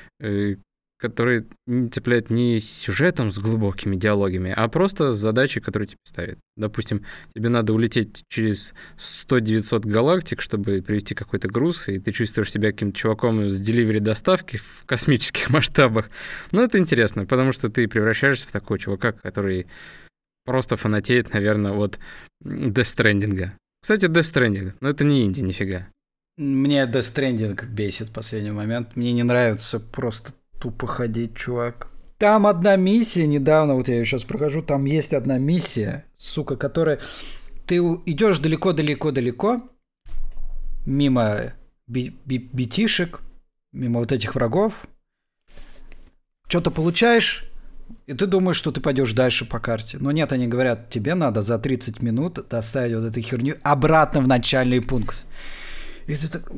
которые не цепляют не сюжетом с глубокими диалогами, а просто задачи, которые тебе ставят. Допустим, тебе надо улететь через сто-девятьсот галактик, чтобы привезти какой-то груз, и ты чувствуешь себя каким-то чуваком с деливери доставки в космических масштабах. Ну, это интересно, потому что ты превращаешься в такого чувака, который просто фанатеет, наверное, от Death Stranding. Кстати, Death Stranding, но это не инди, нифига. Мне Death Stranding бесит в последний момент. Мне не нравится просто тупо ходить, чувак. Там одна миссия, недавно, вот я ее сейчас прохожу, там есть одна миссия, сука, которая... Ты идешь далеко-далеко-далеко, мимо би- би- битишек, мимо вот этих врагов, что-то получаешь, и ты думаешь, что ты пойдешь дальше по карте. Но нет, они говорят, тебе надо за тридцать минут доставить вот эту херню обратно в начальный пункт. И ты так...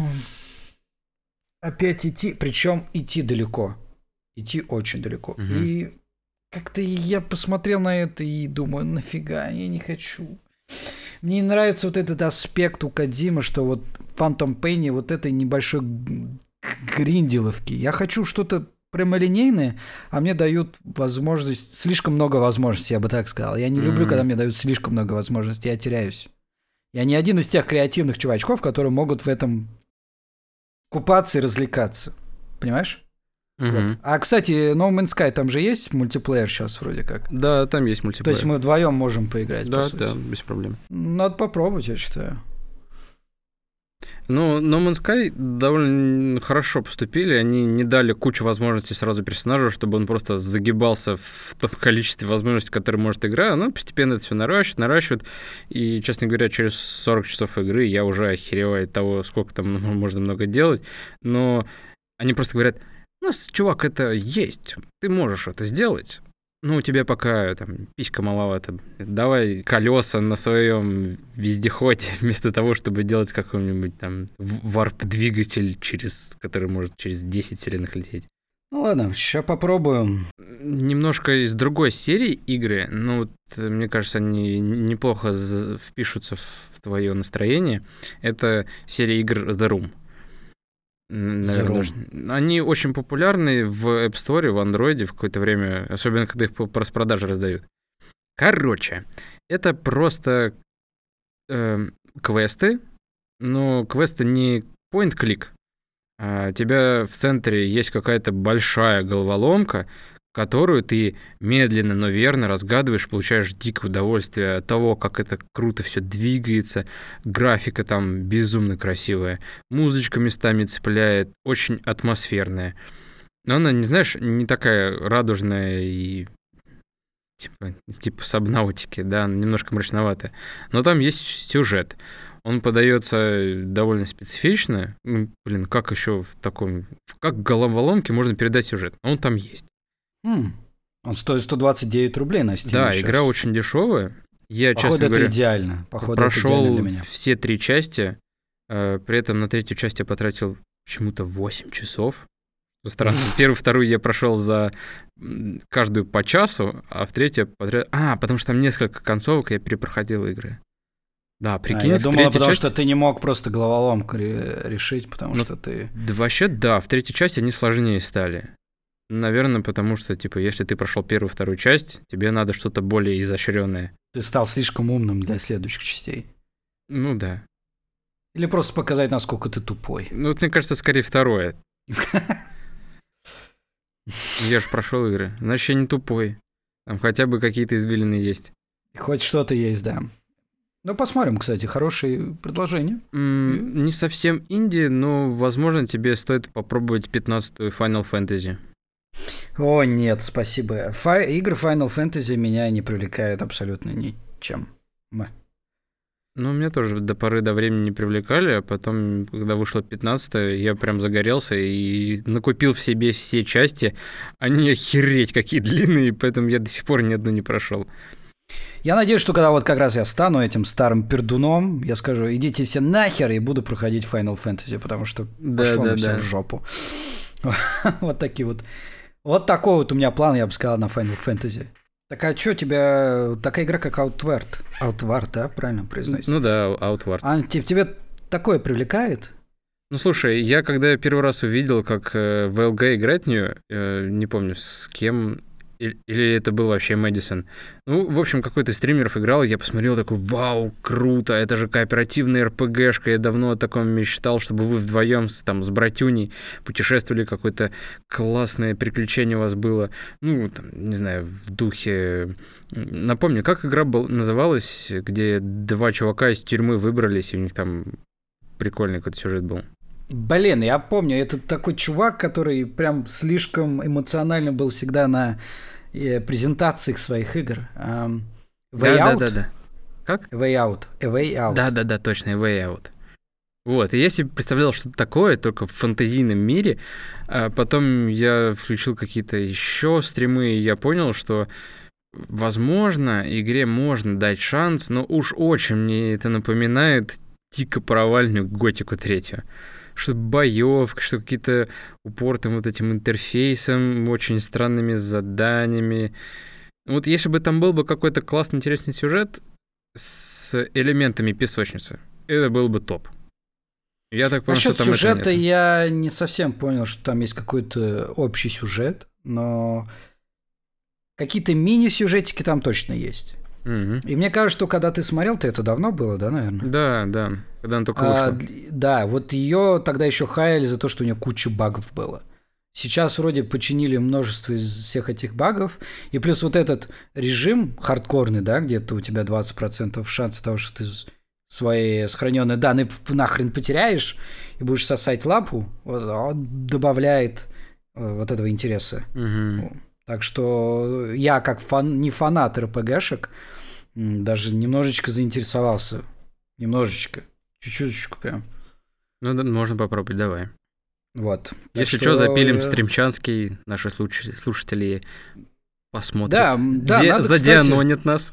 Опять идти, причем идти далеко. Идти очень далеко. Угу. И как-то я посмотрел на это и думаю, нафига, я не хочу. Мне не нравится вот этот аспект у Кодзимы, что вот в Phantom Pain вот этой небольшой гринделовки. Я хочу что-то прямолинейное, а мне дают возможность, слишком много возможностей, я бы так сказал. Я не mm-hmm. люблю, когда мне дают слишком много возможностей, я теряюсь. Я не один из тех креативных чувачков, которые могут в этом купаться и развлекаться. Понимаешь? Mm-hmm. Вот. А, кстати, No Man's Sky, там же есть мультиплеер сейчас вроде как? Да, там есть мультиплеер. То есть мы вдвоем можем поиграть, да, по сути. Да, без проблем. Надо попробовать, я считаю. Ну, No Man's Sky довольно хорошо поступили. Они не дали кучу возможностей сразу персонажу, чтобы он просто загибался в том количестве возможностей, которые может игра. Она постепенно это все наращивает, наращивает. И, честно говоря, через сорок часов игры я уже охереваю от того, сколько там можно много делать. Но они просто говорят, у нас, чувак, это есть. Ты можешь это сделать. Ну, у тебя пока там писька маловато. Давай колеса на своем вездеходе, вместо того, чтобы делать какой-нибудь там варп-двигатель, через, который может через десять вселенных лететь. Ну ладно, сейчас попробуем. Немножко из другой серии игры, ну, вот, мне кажется, они неплохо впишутся в твое настроение. Это серия игр The Room. Наверное, они очень популярны в App Store, в Android в какое-то время, особенно когда их по распродаже раздают. Короче, это просто э, квесты, но квесты не point-click. А у тебя в центре есть какая-то большая головоломка, которую ты медленно, но верно разгадываешь, получаешь дикое удовольствие от того, как это круто все двигается, графика там безумно красивая, музычка местами цепляет, очень атмосферная. Но она, не знаешь, не такая радужная и типа, типа Сабнаутики, да, немножко мрачноватая. Но там есть сюжет. Он подается довольно специфично. Ну, блин, как еще в таком... Как в головоломке можно передать сюжет? Он там есть. Mm. Он стоит сто двадцать девять рублей на Steam. Да, сейчас. Игра очень дешевая. Я, Походу, честно это говоря, идеально. Походу, прошел это идеально для меня. все три части. Э, при этом на третью часть я потратил почему-то восемь часов. Странно. Первую, вторую я прошел за каждую по часу, а в третью подряд... А, потому что там несколько концовок, я перепроходил игры. Да, прикинь, а, я в думал, третьей потому части... что ты не мог просто головоломку решить, потому ну, что ты... Да, вообще, да, в третьей части они сложнее стали. Наверное, потому что, типа, если ты прошел первую, вторую часть, тебе надо что-то более изощренное. Ты стал слишком умным для следующих частей. Ну да. Или просто показать, насколько ты тупой. Ну, вот, мне кажется, скорее второе. Я же прошел игры. Значит, я не тупой. Там хотя бы какие-то извилины есть. Хоть что-то есть, да. Ну, посмотрим, кстати, хорошие предложения. Mm, не совсем инди, но, возможно, тебе стоит попробовать пятнадцатую Final Fantasy. О, нет, спасибо. Фа- игры Final Fantasy меня не привлекают абсолютно ничем. Мы. Ну, меня тоже до поры до времени не привлекали, а потом, когда вышла пятнадцатая, я прям загорелся и накупил в себе все части. Они охереть какие длинные, поэтому я до сих пор ни одну не прошел. Я надеюсь, что когда вот как раз я стану этим старым пердуном, я скажу, идите все нахер, и буду проходить Final Fantasy, потому что да, пошло да, мне все да. в жопу. Вот такие вот. Вот такой вот у меня план, я бы сказал, на Final Fantasy. Так а что у тебя такая игра, как Outward? Outward, да, правильно произносится? Ну да, Outward. А тебе такое привлекает? Ну слушай, я когда первый раз увидел, как э, ви эл джи играет в нее, э, не помню с кем, или это был вообще Мэдисон. Ну, в общем, какой-то из стримеров играл, я посмотрел такой, вау, круто, это же кооперативная эр пи джешка, я давно о таком мечтал, чтобы вы вдвоем с, там, с братюней путешествовали, какое-то классное приключение у вас было. Ну, там, не знаю, в духе... Напомню, как игра был, называлась, где два чувака из тюрьмы выбрались, и у них там прикольный какой-то сюжет был. Блин, я помню, это такой чувак, который прям слишком эмоционально был всегда на э, презентациях своих игр. Um, Way да, Out? да, да, да. Как? Way Out. A Way Out. Да, да, да, точно, Way Out. Вот, и я себе представлял что-то такое, только в фэнтезийном мире. А потом я включил какие-то еще стримы, и я понял, что, возможно, игре можно дать шанс, но уж очень мне это напоминает дико провальную Готику третью. Что боевка, что какие-то упортым вот этим интерфейсом, очень странными заданиями. Вот если бы там был бы какой-то классный, интересный сюжет с элементами песочницы, это был бы топ. Я так понял, Насчет что там сюжета я не совсем понял, что там есть какой-то общий сюжет, но какие-то мини-сюжетики там точно есть. Угу. И мне кажется, что когда ты смотрел, то это давно было, да, наверное? Да, да, когда она только вышла. А, да, вот ее тогда еще хаяли за то, что у нее куча багов было. Сейчас вроде починили множество из всех этих багов, и плюс вот этот режим хардкорный, да, где-то у тебя двадцать процентов шанс того, что ты свои сохраненные данные нахрен потеряешь и будешь сосать лапу, добавляет вот этого интереса. Угу. Так что я, как фан, не фанат эр пи гэшек, даже немножечко заинтересовался. Немножечко. Чуть-чуточку прям. Ну, да, можно попробовать, давай. Вот. Если что, запилим стримчанский, наши слушатели посмотрят. Да, да, где надо, задианонят нас.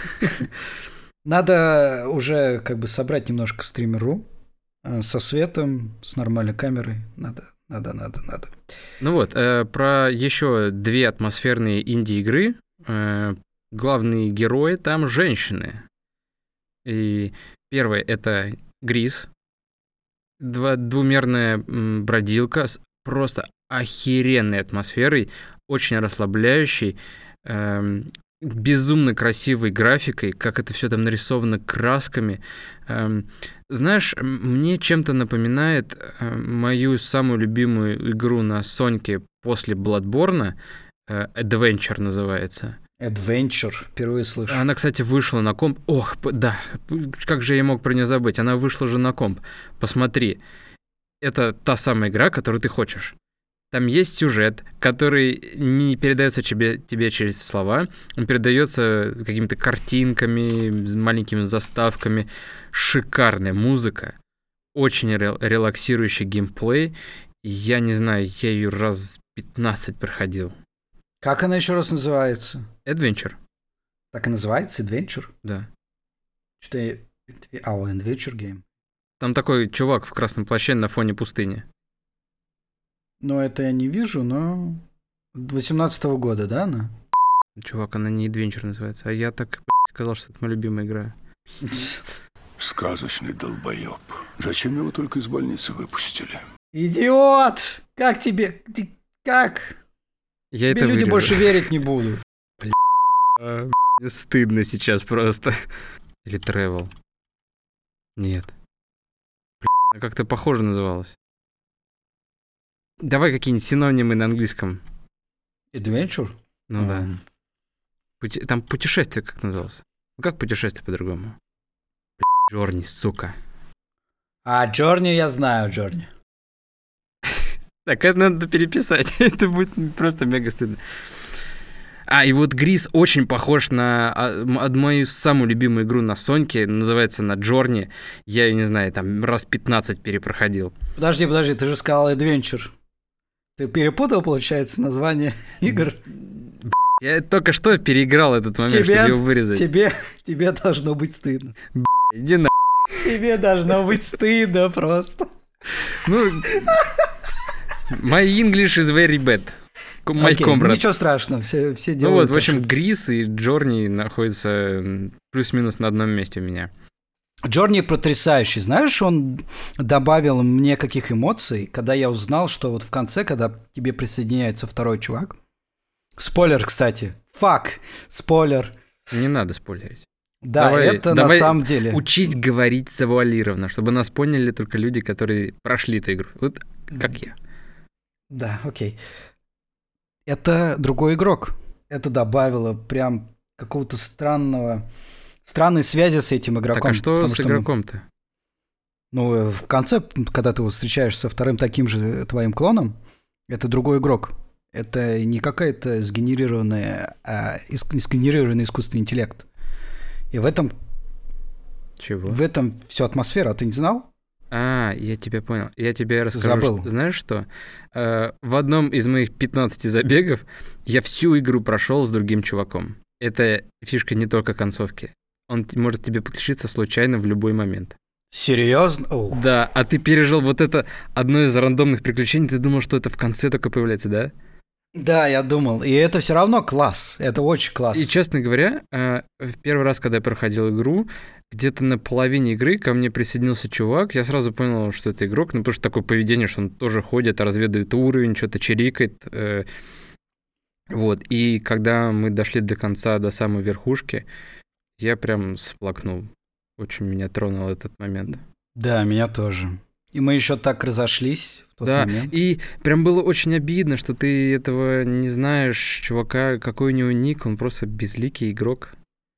Надо уже как бы собрать немножко стримеру со светом, с нормальной камерой. Надо, надо, надо, надо. Ну вот, э, про еще две атмосферные инди-игры. Э, главные герои там женщины. И первое — это Грис. Два, двумерная м, бродилка с просто охеренной атмосферой, очень расслабляющей, э, безумно красивой графикой, как это все там нарисовано красками. Э, знаешь, мне чем-то напоминает э, мою самую любимую игру на Соньке после Bloodborne, э, Adventure называется. Adventure, впервые слышу. Она, кстати, вышла на комп. Ох, да, как же я мог про нее забыть? Она вышла же на комп. Посмотри, это та самая игра, которую ты хочешь. Там есть сюжет, который не передается тебе, тебе через слова, он передается какими-то картинками, маленькими заставками. Шикарная музыка, очень релаксирующий геймплей. Я не знаю, я ее раз пятнадцать проходил. Как она еще раз называется? Adventure. Так и называется? Adventure? Да. Что я... А, Adventure Game. Там такой чувак в красном плаще на фоне пустыни. Ну, это я не вижу, но... восемнадцатого года, да, она? Чувак, она не Adventure называется, а я так, блядь, сказал, что это моя любимая игра. Сказочный долбоеб. Зачем его только из больницы выпустили? Идиот! Как тебе... Ты... Как? Я Тебе это люди вырежу. больше верить не будут. Бля, мне стыдно сейчас просто. Или Travel. Нет. Бля, она как-то похоже называлась. Давай какие-нибудь синонимы на английском. Adventure? Ну um. да. Пути... Там путешествие как называлось? Ну как путешествие по-другому? Джорни, сука. А, Джорни я знаю, Джорни. Так, это надо переписать. Это будет просто мега стыдно. А, и вот Грис очень похож на а, мою самую любимую игру на Соньке. Называется на Джорни. Я ее, не знаю, там раз пятнадцать перепроходил. Подожди, подожди, ты же сказал Adventure. Ты перепутал, получается, название игр? Я только что переиграл этот момент, тебе, чтобы его вырезать. Тебе, тебе должно быть стыдно. Бля, иди на. Тебе должно быть стыдно просто. Ну, my English is very bad. My okay, comrade. Ничего страшного, все, все делают. Ну вот, в общем, Грис и Джорни находятся плюс-минус на одном месте у меня. Джорни потрясающий. Знаешь, он добавил мне каких эмоций, когда я узнал, что вот в конце, когда к тебе присоединяется второй чувак. Спойлер, кстати. Фак, спойлер. Не надо спойлерить. Да, давай, это давай на самом деле. Учить говорить завуалированно, чтобы нас поняли только люди, которые прошли эту игру. Вот как я. Да, окей. Это другой игрок. Это добавило прям какого-то странного... Странной связи с этим игроком. Так а что с что игроком-то? Ну, в конце, когда ты вот встречаешься со вторым таким же твоим клоном, это другой игрок. Это не какая-то сгенерированная, а иск- сгенерированный искусственный интеллект. И в этом... Чего? В этом все атмосфера. А ты не знал? А, я тебя понял. Я тебе расскажу. Забыл. Что, знаешь что? Э, в одном из моих пятнадцати забегов я всю игру прошел с другим чуваком. Это фишка не только концовки. Он т- может тебе подключиться случайно в любой момент. Серьезно? О. Да, а ты пережил вот это одно из рандомных приключений, ты думал, что это в конце только появляется, да? Да, я думал. И это все равно класс. Это очень класс. И, честно говоря, э, в первый раз, когда я проходил игру, где-то на половине игры ко мне присоединился чувак, я сразу понял, что это игрок, ну, потому что такое поведение, что он тоже ходит, разведывает уровень, что-то чирикает. Э, вот, и когда мы дошли до конца, до самой верхушки, я прям сплакнул. Очень меня тронул этот момент. Да, меня тоже. И мы еще так разошлись в тот Да, момент. и прям было очень обидно, что ты этого не знаешь, чувака, какой у него ник, он просто безликий игрок.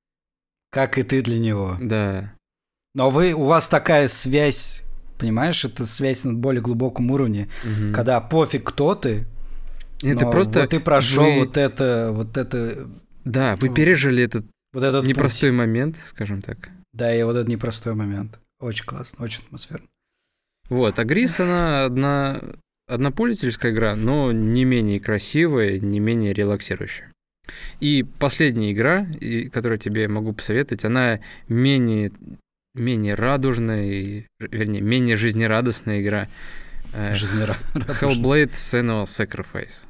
Как и ты для него. Да. Но вы, у вас такая связь, понимаешь, это связь на более глубоком уровне, Мгм. когда пофиг кто ты, Это но просто вот ты прошел вы- вот это, вот это, Да, вы ну, пережили этот вот этот непростой путь. момент, скажем так. Да, и вот этот непростой момент. Очень классно, очень атмосферно. Вот, а Грис, она одна, однопользовательская игра, но не менее красивая, не менее релаксирующая. И последняя игра, и- которую тебе могу посоветовать, она менее, менее радужная, и, вернее, менее жизнерадостная игра. Э, Жизнерадостно. Hellblade: Senua's Sacrifice.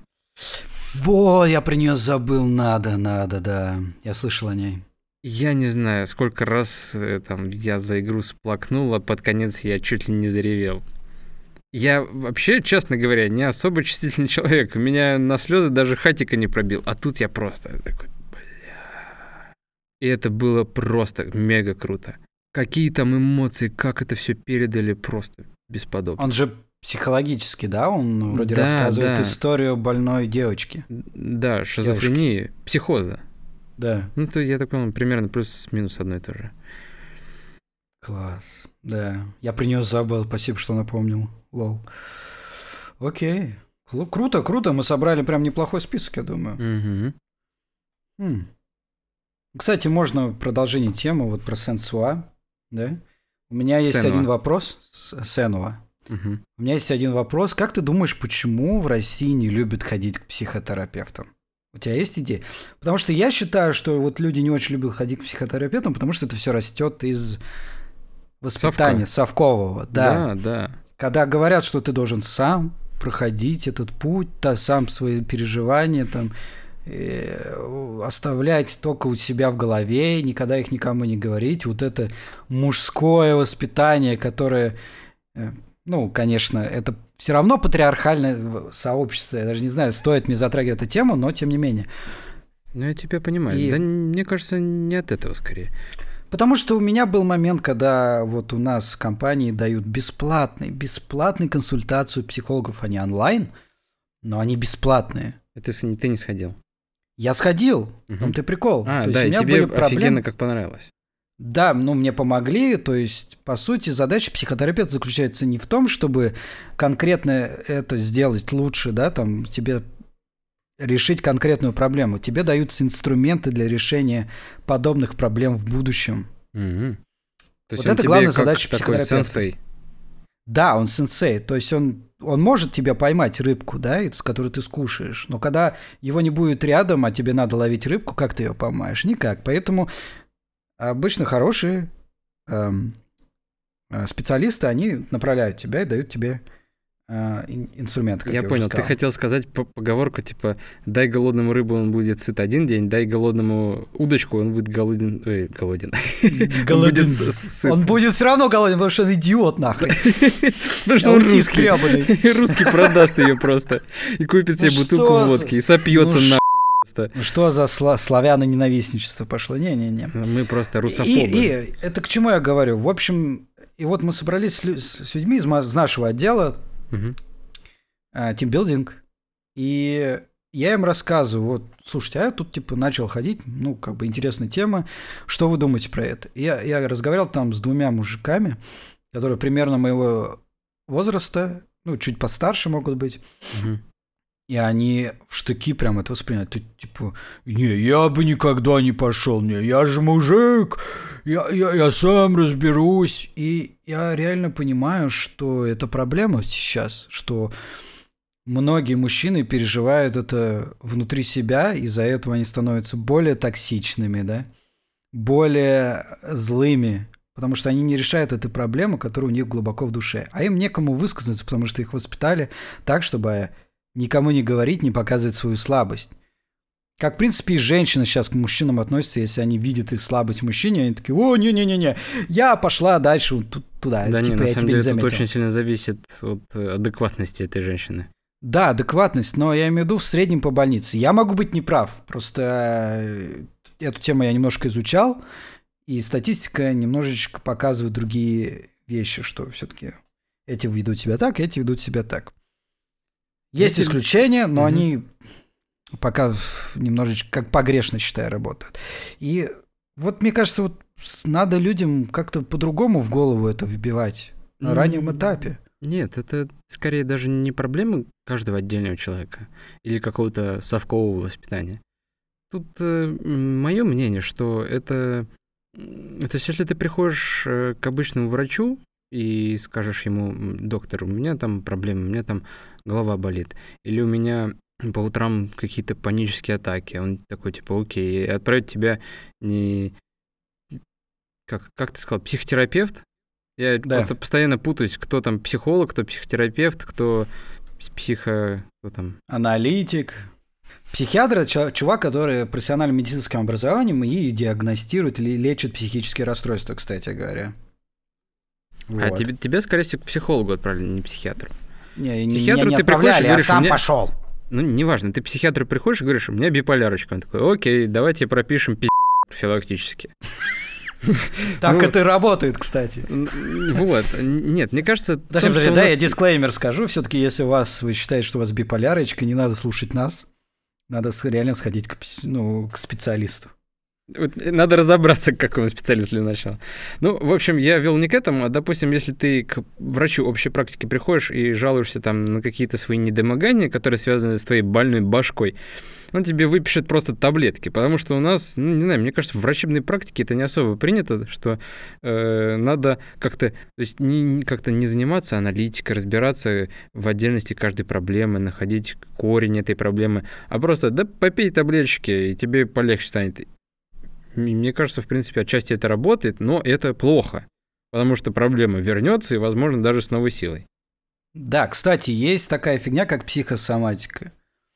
Во, я про нее забыл, надо, надо, да. Я слышал о ней. Я не знаю, сколько раз э, там я за игру сплакнул, а под конец я чуть ли не заревел. Я вообще, честно говоря, не особо чувствительный человек. У меня на слезы даже хатика не пробил. А тут я просто такой, бля. И это было просто мега круто. Какие там эмоции, как это все передали, просто бесподобно. Он же психологически, да? Он вроде Да, рассказывает да. историю больной девочки. Да, шизофрения, психоза. Да. Ну, то, я так понял, примерно плюс-минус одно и то же. Класс. Да. Я про нее забыл. Спасибо, что напомнил. Лол. Окей. Клу- Круто, круто. Мы собрали прям неплохой список, я думаю. Мгм. М. Кстати, можно продолжение темы вот про Сенсуа, да? У меня есть Сенуа. один вопрос. С- Сенуа. Мгм. У меня есть один вопрос. Как ты думаешь, почему в России не любят ходить к психотерапевтам? У тебя есть идея? Потому что я считаю, что вот люди не очень любят ходить к психотерапевтам, потому что это все растет из воспитания совкового. Да. Да, да. Когда говорят, что ты должен сам проходить этот путь, да, сам свои переживания там э, оставлять только у себя в голове, никогда их никому не говорить. Вот это мужское воспитание, которое, э, ну, конечно, это все равно патриархальное сообщество. Я даже не знаю, стоит мне затрагивать эту тему, но тем не менее. Ну, я тебя понимаю. И- Да, мне кажется, не от этого скорее. Потому что у меня был момент, когда вот у нас в компании дают бесплатный, бесплатную консультацию психологов, они онлайн, но они бесплатные. Это ты, ты не сходил. Я сходил, в Мгм. том-то и прикол. А, То есть да, у и меня тебе были проблемы. офигенно как понравилось. Да, ну мне помогли, то есть, по сути, задача психотерапевта заключается не в том, чтобы конкретно это сделать лучше, да, там, тебе решить конкретную проблему. Тебе даются инструменты для решения подобных проблем в будущем. Мгм. То есть Вот он это тебе главная как задача такой психотерапевта. сенсей. Да, он сенсей, то есть он, он может тебя поймать рыбку, да, с которой ты скушаешь, но когда его не будет рядом, а тебе надо ловить рыбку, как ты ее поймаешь? Никак. Поэтому обычно хорошие эм, э, специалисты, они направляют тебя и дают тебе э, ин- инструменты, как я, Я уже понял, ты сказал. хотел сказать по- поговорку типа «дай голодному рыбу, он будет сыт один день, дай голодному удочку, он будет голоден». Ой, голоден. Он Голоден. будет с- сыт. Он будет все равно голоден, потому что он идиот нахрен. Потому что он Аутист русский. грёбаный. Русский продаст ее просто и купит себе Ну бутылку что за- водки и сопьется Ну нахуй просто. Ну что за сла- славяно-ненавистничество пошло? Не-не-не. Мы просто И, русофобы. и это к чему я говорю? В общем, и вот мы собрались с, лю- с людьми из, ма- из нашего отдела, Мгм. э, тимбилдинг, и я им рассказываю, вот, слушайте, а я тут типа начал ходить, ну, как бы интересная тема, что вы думаете про это? И Я, я разговаривал там с двумя мужиками, которые примерно моего возраста, ну, чуть постарше могут быть, Угу. и они в штыки прям это воспринимают. Ты, типа, не, я бы никогда не пошел, не, я же мужик, я, я, я сам разберусь. И я реально понимаю, что это проблема сейчас, что многие мужчины переживают это внутри себя, из-за этого они становятся более токсичными, да, более злыми, потому что они не решают эту проблему, которая у них глубоко в душе. А им некому высказаться, потому что их воспитали так, чтобы никому не говорить, не показывать свою слабость. Как, в принципе, и женщины сейчас к мужчинам относятся, если они видят их слабость в мужчине, они такие: о, не-не-не-не, я пошла дальше вот туда. Да, типа, не, на я самом тебя деле не тут заметил. очень сильно зависит от адекватности этой женщины. Да, адекватность, но я имею в виду в среднем по больнице. Я могу быть неправ, просто э, эту тему я немножко изучал, и статистика немножечко показывает другие вещи, что все-таки эти ведут себя так, эти ведут себя так. Есть Эти- исключения, но Мгм. они пока немножечко, как погрешно, считаю, работают. И вот мне кажется, вот с- надо людям как-то по-другому в голову это вбивать на М, раннем этапе. Нет, это скорее даже не проблема каждого отдельного человека или какого-то совкового воспитания. Тут мое мнение, что это... м, То есть, если ты приходишь э, к обычному врачу и скажешь ему: «М, доктор, у меня там проблемы, у меня там голова болит, или у меня по утрам какие-то панические атаки», он такой, типа, окей, и отправить тебя не... Как, как ты сказал, психотерапевт? Я Да. просто постоянно путаюсь, кто там психолог, кто психотерапевт, кто с- психо... Кто там? Аналитик. Психиатр – это ча- чувак, который профессиональным медицинским образованием и диагностирует или лечит психические расстройства, кстати говоря. А Вот. тебе, тебя, скорее всего, к психологу отправили, не психиатру. Не, не, психиатру меня не ты приходишь и отправляли, я говоришь: сам «У меня- пошел. Ну, неважно, ты к психиатру приходишь и говоришь: у меня биполярочка. Он такой: окей, давайте пропишем пиздец профилактически. Так Ну, это и работает, кстати. Н- Вот. Нет, мне кажется... в Даже, том, подожди, что у да, нас- я дисклеймер скажу. Все-таки, если у вас, вы считаете, что у вас биполярочка, не надо слушать нас. Надо с- реально сходить к, пс- ну, к специалисту. Вот надо разобраться, к какому специалисту для начала. Ну, в общем, я вел не к этому, а, допустим, если ты к врачу общей практики приходишь и жалуешься там на какие-то свои недомогания, которые связаны с твоей больной башкой, он тебе выпишет просто таблетки, потому что у нас, ну, не знаю, мне кажется, в врачебной практике это не особо принято, что э, надо как-то, то есть не, не- как-то не заниматься аналитикой, разбираться в отдельности каждой проблемы, находить корень этой проблемы, а просто, да, попей таблеточки, и тебе полегче станет. М- Мне кажется, в принципе, отчасти это работает, но это плохо, потому что проблема вернется и, возможно, даже с новой силой. Да, кстати, есть такая фигня, как психосоматика.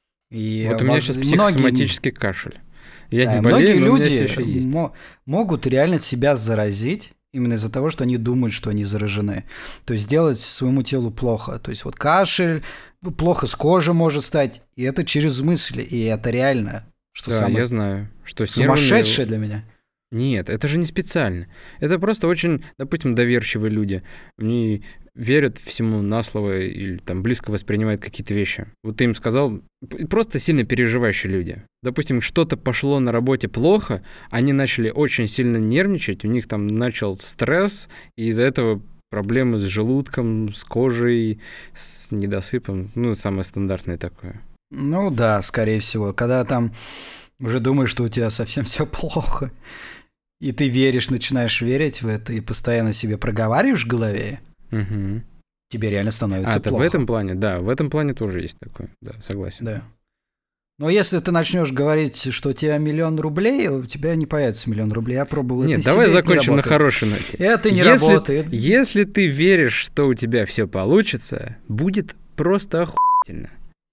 И Вот у меня воз- сейчас многие- психосоматический кашель. Я Да, не болею, многие но у меня люди всё еще есть. мо- могут реально себя заразить именно из-за того, что они думают, что они заражены. То есть сделать своему телу плохо. То есть вот кашель, плохо с кожей может стать, и это через мысли, и это реально. Что Да, самое я знаю, что с нервами- сумасшедшее для меня. Нет, это же не специально. Это просто очень, допустим, доверчивые люди. Они верят всему на слово или там близко воспринимают какие-то вещи. Вот ты им сказал, п- просто сильно переживающие люди. Допустим, что-то пошло на работе плохо, они начали очень сильно нервничать, у них там начал стресс, и из-за этого проблемы с желудком, с кожей, с недосыпом. Ну, самое стандартное такое. Ну да, скорее всего. Когда там уже думаешь, что у тебя совсем все плохо, и ты веришь, начинаешь верить в это, и постоянно себе проговариваешь в голове, Угу. тебе реально становится А, это плохо. в этом плане, да, в этом плане тоже есть такое, да, согласен. Да. Но если ты начнешь говорить, что у тебя миллион рублей, у тебя не появится миллион рублей. Я пробовал это Нет, на давай себе, это не закончим на работает. хорошей ноте. Это не Если- работает. Если ты веришь, что у тебя все получится, будет просто охуительно.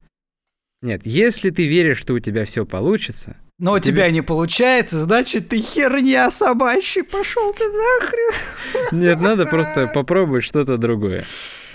Нет, если ты веришь, что у тебя все получится, Но у тебе- тебя не получается, значит, ты херня собачья. Пошел ты нахрен. нет, надо просто попробовать что-то другое.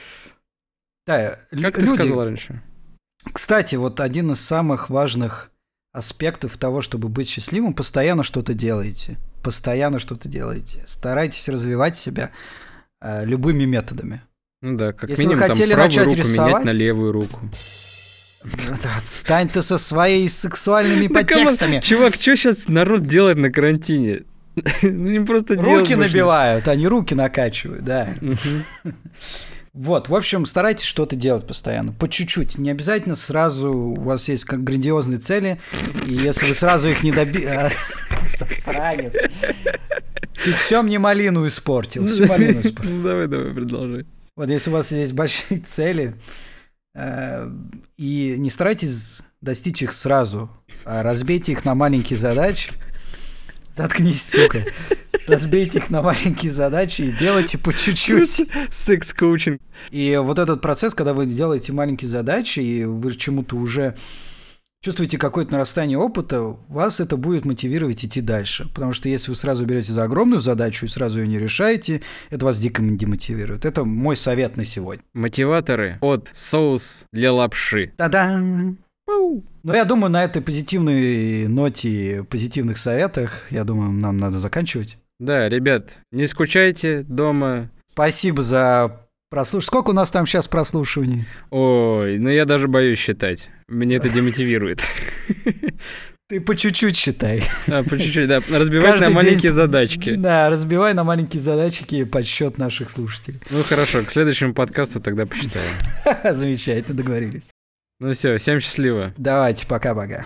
Да, Как ты люди, сказал раньше? кстати, вот один из самых важных аспектов того, чтобы быть счастливым, постоянно что-то делаете. Постоянно что-то делаете. Старайтесь развивать себя э, любыми методами. Ну да, как Если вы минимум там хотели правую начать руку менять рисовать- на левую руку. Да, отстань ты со своими сексуальными Да, камон, подтекстами. чувак, что сейчас народ делает на карантине? Ну, не просто руки набивают, они руки накачивают, да. Вот, в общем, старайтесь что-то делать постоянно, по чуть-чуть. Не обязательно сразу у вас есть как грандиозные цели, и если вы сразу их не добились... Засранец. Ты все мне малину испортил, всю малину испортил. Ну, давай, давай, продолжай. Вот если у вас есть большие цели, э, и не старайтесь достичь их сразу, а разбейте их на маленькие задачи. Заткнись, сука. Разбейте их на маленькие задачи и делайте по чуть-чуть. Секс-коучинг. И вот этот процесс, когда вы делаете маленькие задачи, и вы чему-то уже чувствуете какое-то нарастание опыта, вас это будет мотивировать идти дальше. Потому что если вы сразу берете за огромную задачу и сразу ее не решаете, это вас дико демотивирует. Это мой совет на сегодня. Мотиваторы от соус для лапши. Та-дам! Ну, я думаю, на этой позитивной ноте, позитивных советах, я думаю, нам надо заканчивать. Да, ребят, не скучайте дома. Спасибо за прослушивание. Сколько у нас там сейчас прослушиваний? Ой, ну я даже боюсь считать. Мне это демотивирует. Ты по чуть-чуть считай. А, по чуть-чуть, да. Разбивать на маленькие задачки. Да, разбивай на маленькие задачки подсчет наших слушателей. Ну хорошо, к следующему подкасту тогда посчитаем. Замечательно, договорились. Ну все, всем счастливо. Давайте, пока-пока.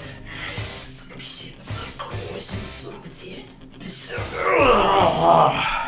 сорок девять, пятьдесят.